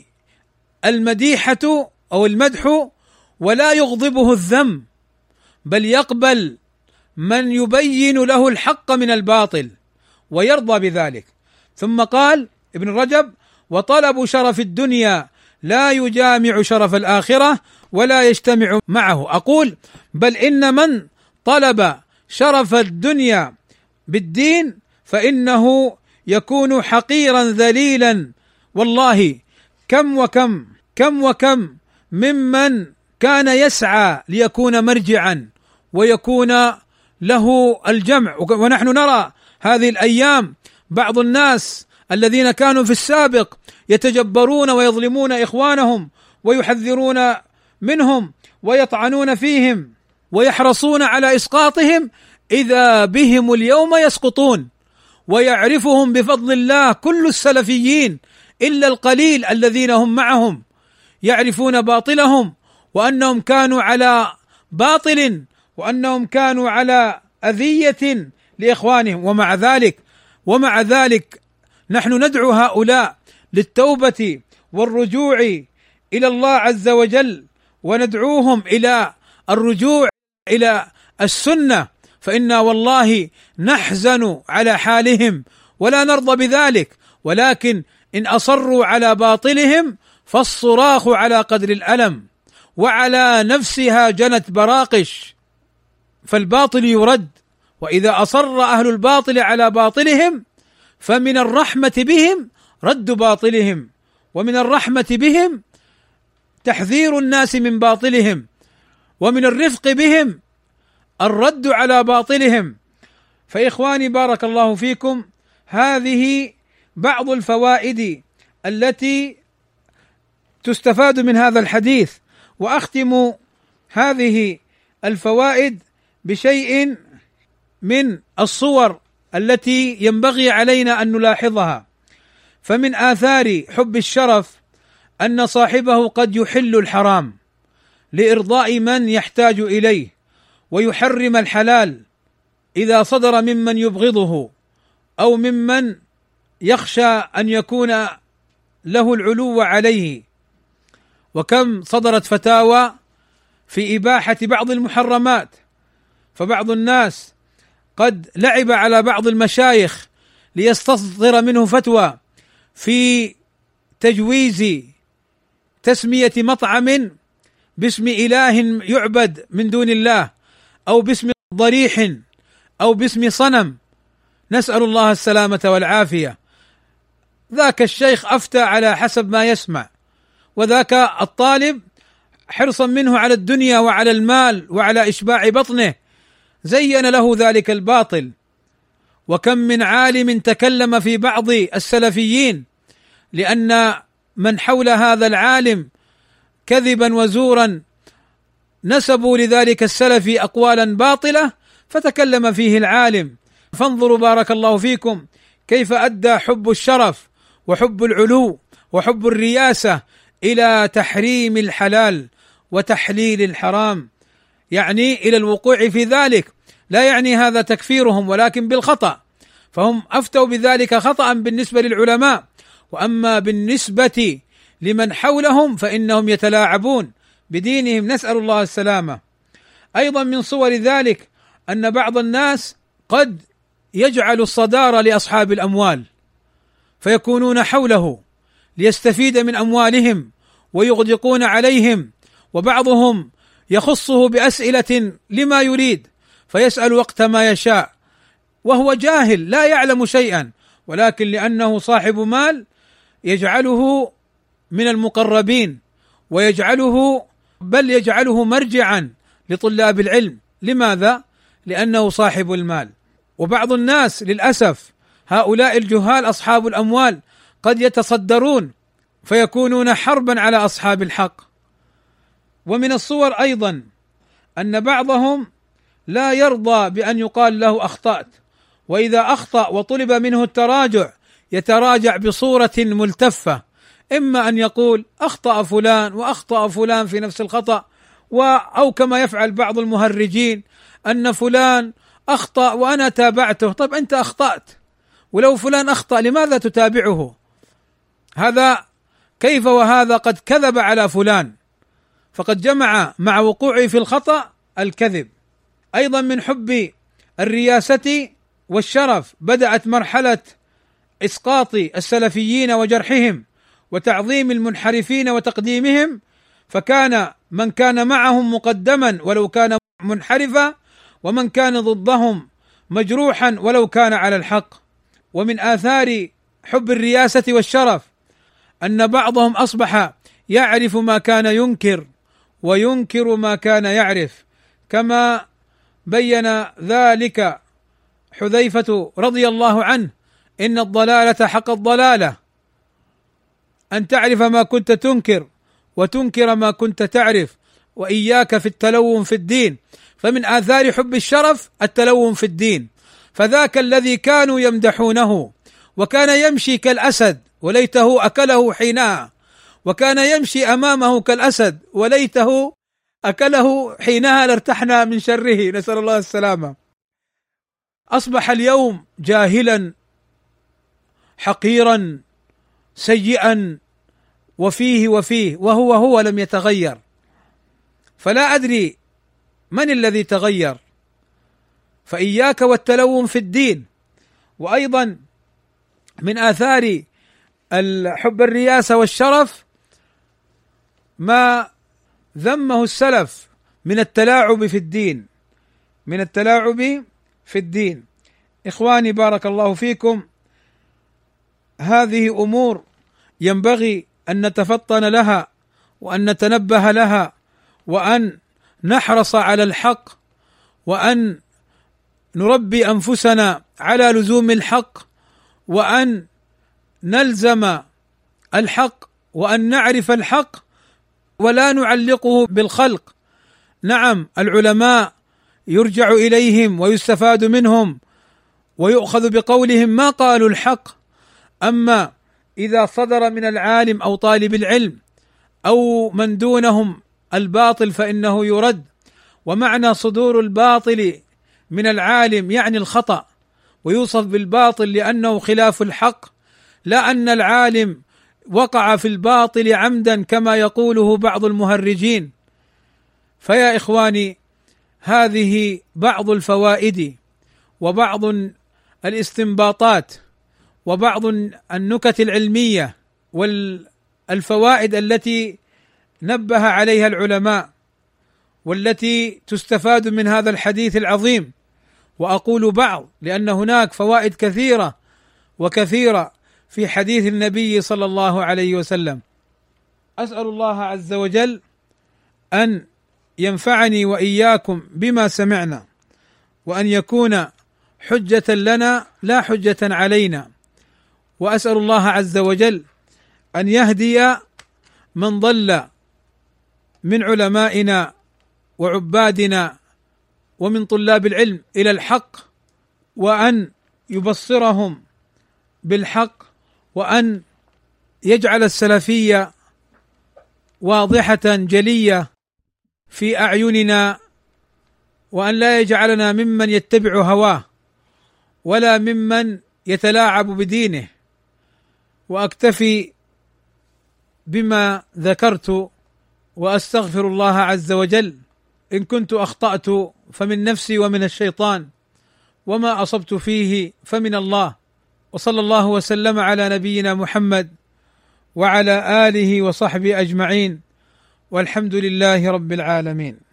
[SPEAKER 1] المديحة أو المدح ولا يغضبه الذم، بل يقبل من يبين له الحق من الباطل ويرضى بذلك. ثم قال ابن رجب: وطلب شرف الدنيا لا يجامع شرف الآخرة ولا يجتمع معه. أقول: بل إن من طلب شرف الدنيا بالدين فإنه يكون حقيرا ذليلا. والله كم وكم كم وكم ممن كان يسعى ليكون مرجعا ويكون له الجمع، ونحن نرى هذه الأيام بعض الناس الذين كانوا في السابق يتجبرون ويظلمون إخوانهم ويحذرون منهم ويطعنون فيهم ويحرصون على إسقاطهم، إذا بهم اليوم يسقطون. ويعرفهم بفضل الله كل السلفيين إلا القليل الذين هم معهم، يعرفون باطلهم وأنهم كانوا على باطل وأنهم كانوا على أذية لإخوانهم. ومع ذلك ومع ذلك نحن ندعو هؤلاء للتوبة والرجوع إلى الله عز وجل، وندعوهم إلى الرجوع إلى السنة، فإنا والله نحزن على حالهم ولا نرضى بذلك، ولكن إن أصروا على باطلهم فالصراخ على قدر الألم، وعلى نفسها جنت براقش، فالباطل يرد. وإذا أصر أهل الباطل على باطلهم فمن الرحمة بهم رد باطلهم، ومن الرحمة بهم تحذير الناس من باطلهم، ومن الرفق بهم الرد على باطلهم. فإخواني بارك الله فيكم، هذه بعض الفوائد التي تستفاد من هذا الحديث. وأختم هذه الفوائد بشيء من الصور التي ينبغي علينا أن نلاحظها. فمن آثار حب الشرف أن صاحبه قد يحل الحرام لإرضاء من يحتاج إليه، ويحرم الحلال إذا صدر ممن يبغضه أو ممن يخشى أن يكون له العلو عليه. وكم صدرت فتاوى في إباحة بعض المحرمات، فبعض الناس قد لعب على بعض المشايخ ليستصدر منه فتوى في تجويز تسمية مطعم باسم إله يعبد من دون الله، أو باسم ضريح، أو باسم صنم، نسأل الله السلامة والعافية. ذاك الشيخ أفتى على حسب ما يسمع، وذاك الطالب حرصا منه على الدنيا وعلى المال وعلى إشباع بطنه زين له ذلك الباطل. وكم من عالم تكلم في بعض السلفيين لأن من حول هذا العالم كذبا وزورا نسبوا لذلك السلفي أقوالا باطلة فتكلم فيه العالم. فانظروا بارك الله فيكم كيف أدى حب الشرف وحب العلو وحب الرياسة الى تحريم الحلال وتحليل الحرام، يعني الى الوقوع في ذلك، لا يعني هذا تكفيرهم ولكن بالخطأ، فهم افتوا بذلك خطأ بالنسبة للعلماء، واما بالنسبة لمن حولهم فانهم يتلاعبون بدينهم، نسأل الله السلامة. ايضا من صور ذلك ان بعض الناس قد يجعل الصدارة لاصحاب الاموال فيكونون حوله ليستفيد من اموالهم ويغدقون عليهم، وبعضهم يخصه باسئله لما يريد فيسال وقت ما يشاء وهو جاهل لا يعلم شيئا، ولكن لانه صاحب مال يجعله من المقربين ويجعله بل يجعله مرجعا لطلاب العلم. لماذا؟ لانه صاحب المال. وبعض الناس للاسف هؤلاء الجهال اصحاب الاموال قد يتصدرون فيكونون حربا على اصحاب الحق. ومن الصور ايضا ان بعضهم لا يرضى بان يقال له اخطأت، واذا اخطأ وطلب منه التراجع يتراجع بصورة ملتفة، اما ان يقول اخطأ فلان واخطأ فلان في نفس الخطأ، او كما يفعل بعض المهرجين ان فلان اخطأ وانا تابعته. طيب انت اخطأت، ولو فلان اخطأ لماذا تتابعه؟ هذا كيف وهذا قد كذب على فلان، فقد جمع مع وقوعه في الخطأ الكذب. ايضا من حب الرياسة والشرف بدأت مرحلة اسقاط السلفيين وجرحهم وتعظيم المنحرفين وتقديمهم، فكان من كان معهم مقدما ولو كان منحرفا، ومن كان ضدهم مجروحا ولو كان على الحق. ومن آثار حب الرياسة والشرف أن بعضهم أصبح يعرف ما كان ينكر وينكر ما كان يعرف، كما بين ذلك حذيفة رضي الله عنه: إن الضلالة حق الضلالة أن تعرف ما كنت تنكر وتنكر ما كنت تعرف، وإياك في التلون في الدين. فمن آثار حب الشرف التلون في الدين، فذاك الذي كانوا يمدحونه وكان يمشي كالأسد وليته أكله حينها، وكان يمشي أمامه كالأسد وليته أكله حينها لارتحنا من شره، نسأل الله السلامة، أصبح اليوم جاهلا حقيرا سيئا وفيه وفيه وهو هو لم يتغير. فلا أدري من الذي تغير، فإياك والتلون في الدين. وأيضا من آثار الحب الرياسة والشرف ما ذمه السلف من التلاعب في الدين، من التلاعب في الدين. إخواني بارك الله فيكم، هذه أمور ينبغي أن نتفطن لها وأن نتنبه لها وأن نحرص على الحق وأن نربي أنفسنا على لزوم الحق وأن نلزم الحق وأن نعرف الحق ولا نعلقه بالخلق. نعم العلماء يرجع إليهم ويستفاد منهم ويؤخذ بقولهم ما قالوا الحق، أما إذا صدر من العالم أو طالب العلم أو من دونهم الباطل فإنه يرد. ومعنى صدور الباطل من العالم يعني الخطأ، ويوصف بالباطل لأنه خلاف الحق، لا أن العالم وقع في الباطل عمدا كما يقوله بعض المهرجين. فيا إخواني، هذه بعض الفوائد وبعض الاستنباطات وبعض النكت العلمية والفوائد التي نبه عليها العلماء والتي تستفاد من هذا الحديث العظيم. وأقول بعض لأن هناك فوائد كثيرة وكثيرة في حديث النبي صلى الله عليه وسلم. أسأل الله عز وجل أن ينفعني وإياكم بما سمعنا، وأن يكون حجة لنا لا حجة علينا. وأسأل الله عز وجل أن يهدي من ضل من علمائنا وعبادنا ومن طلاب العلم إلى الحق، وأن يبصرهم بالحق، وأن يجعل السلفية واضحة جلية في أعيننا، وأن لا يجعلنا ممن يتبع هواه ولا ممن يتلاعب بدينه. وأكتفي بما ذكرت وأستغفر الله عز وجل. إن كنت أخطأت فمن نفسي ومن الشيطان، وما أصبت فيه فمن الله. وصلى الله وسلم على نبينا محمد وعلى آله وصحبه أجمعين، والحمد لله رب العالمين.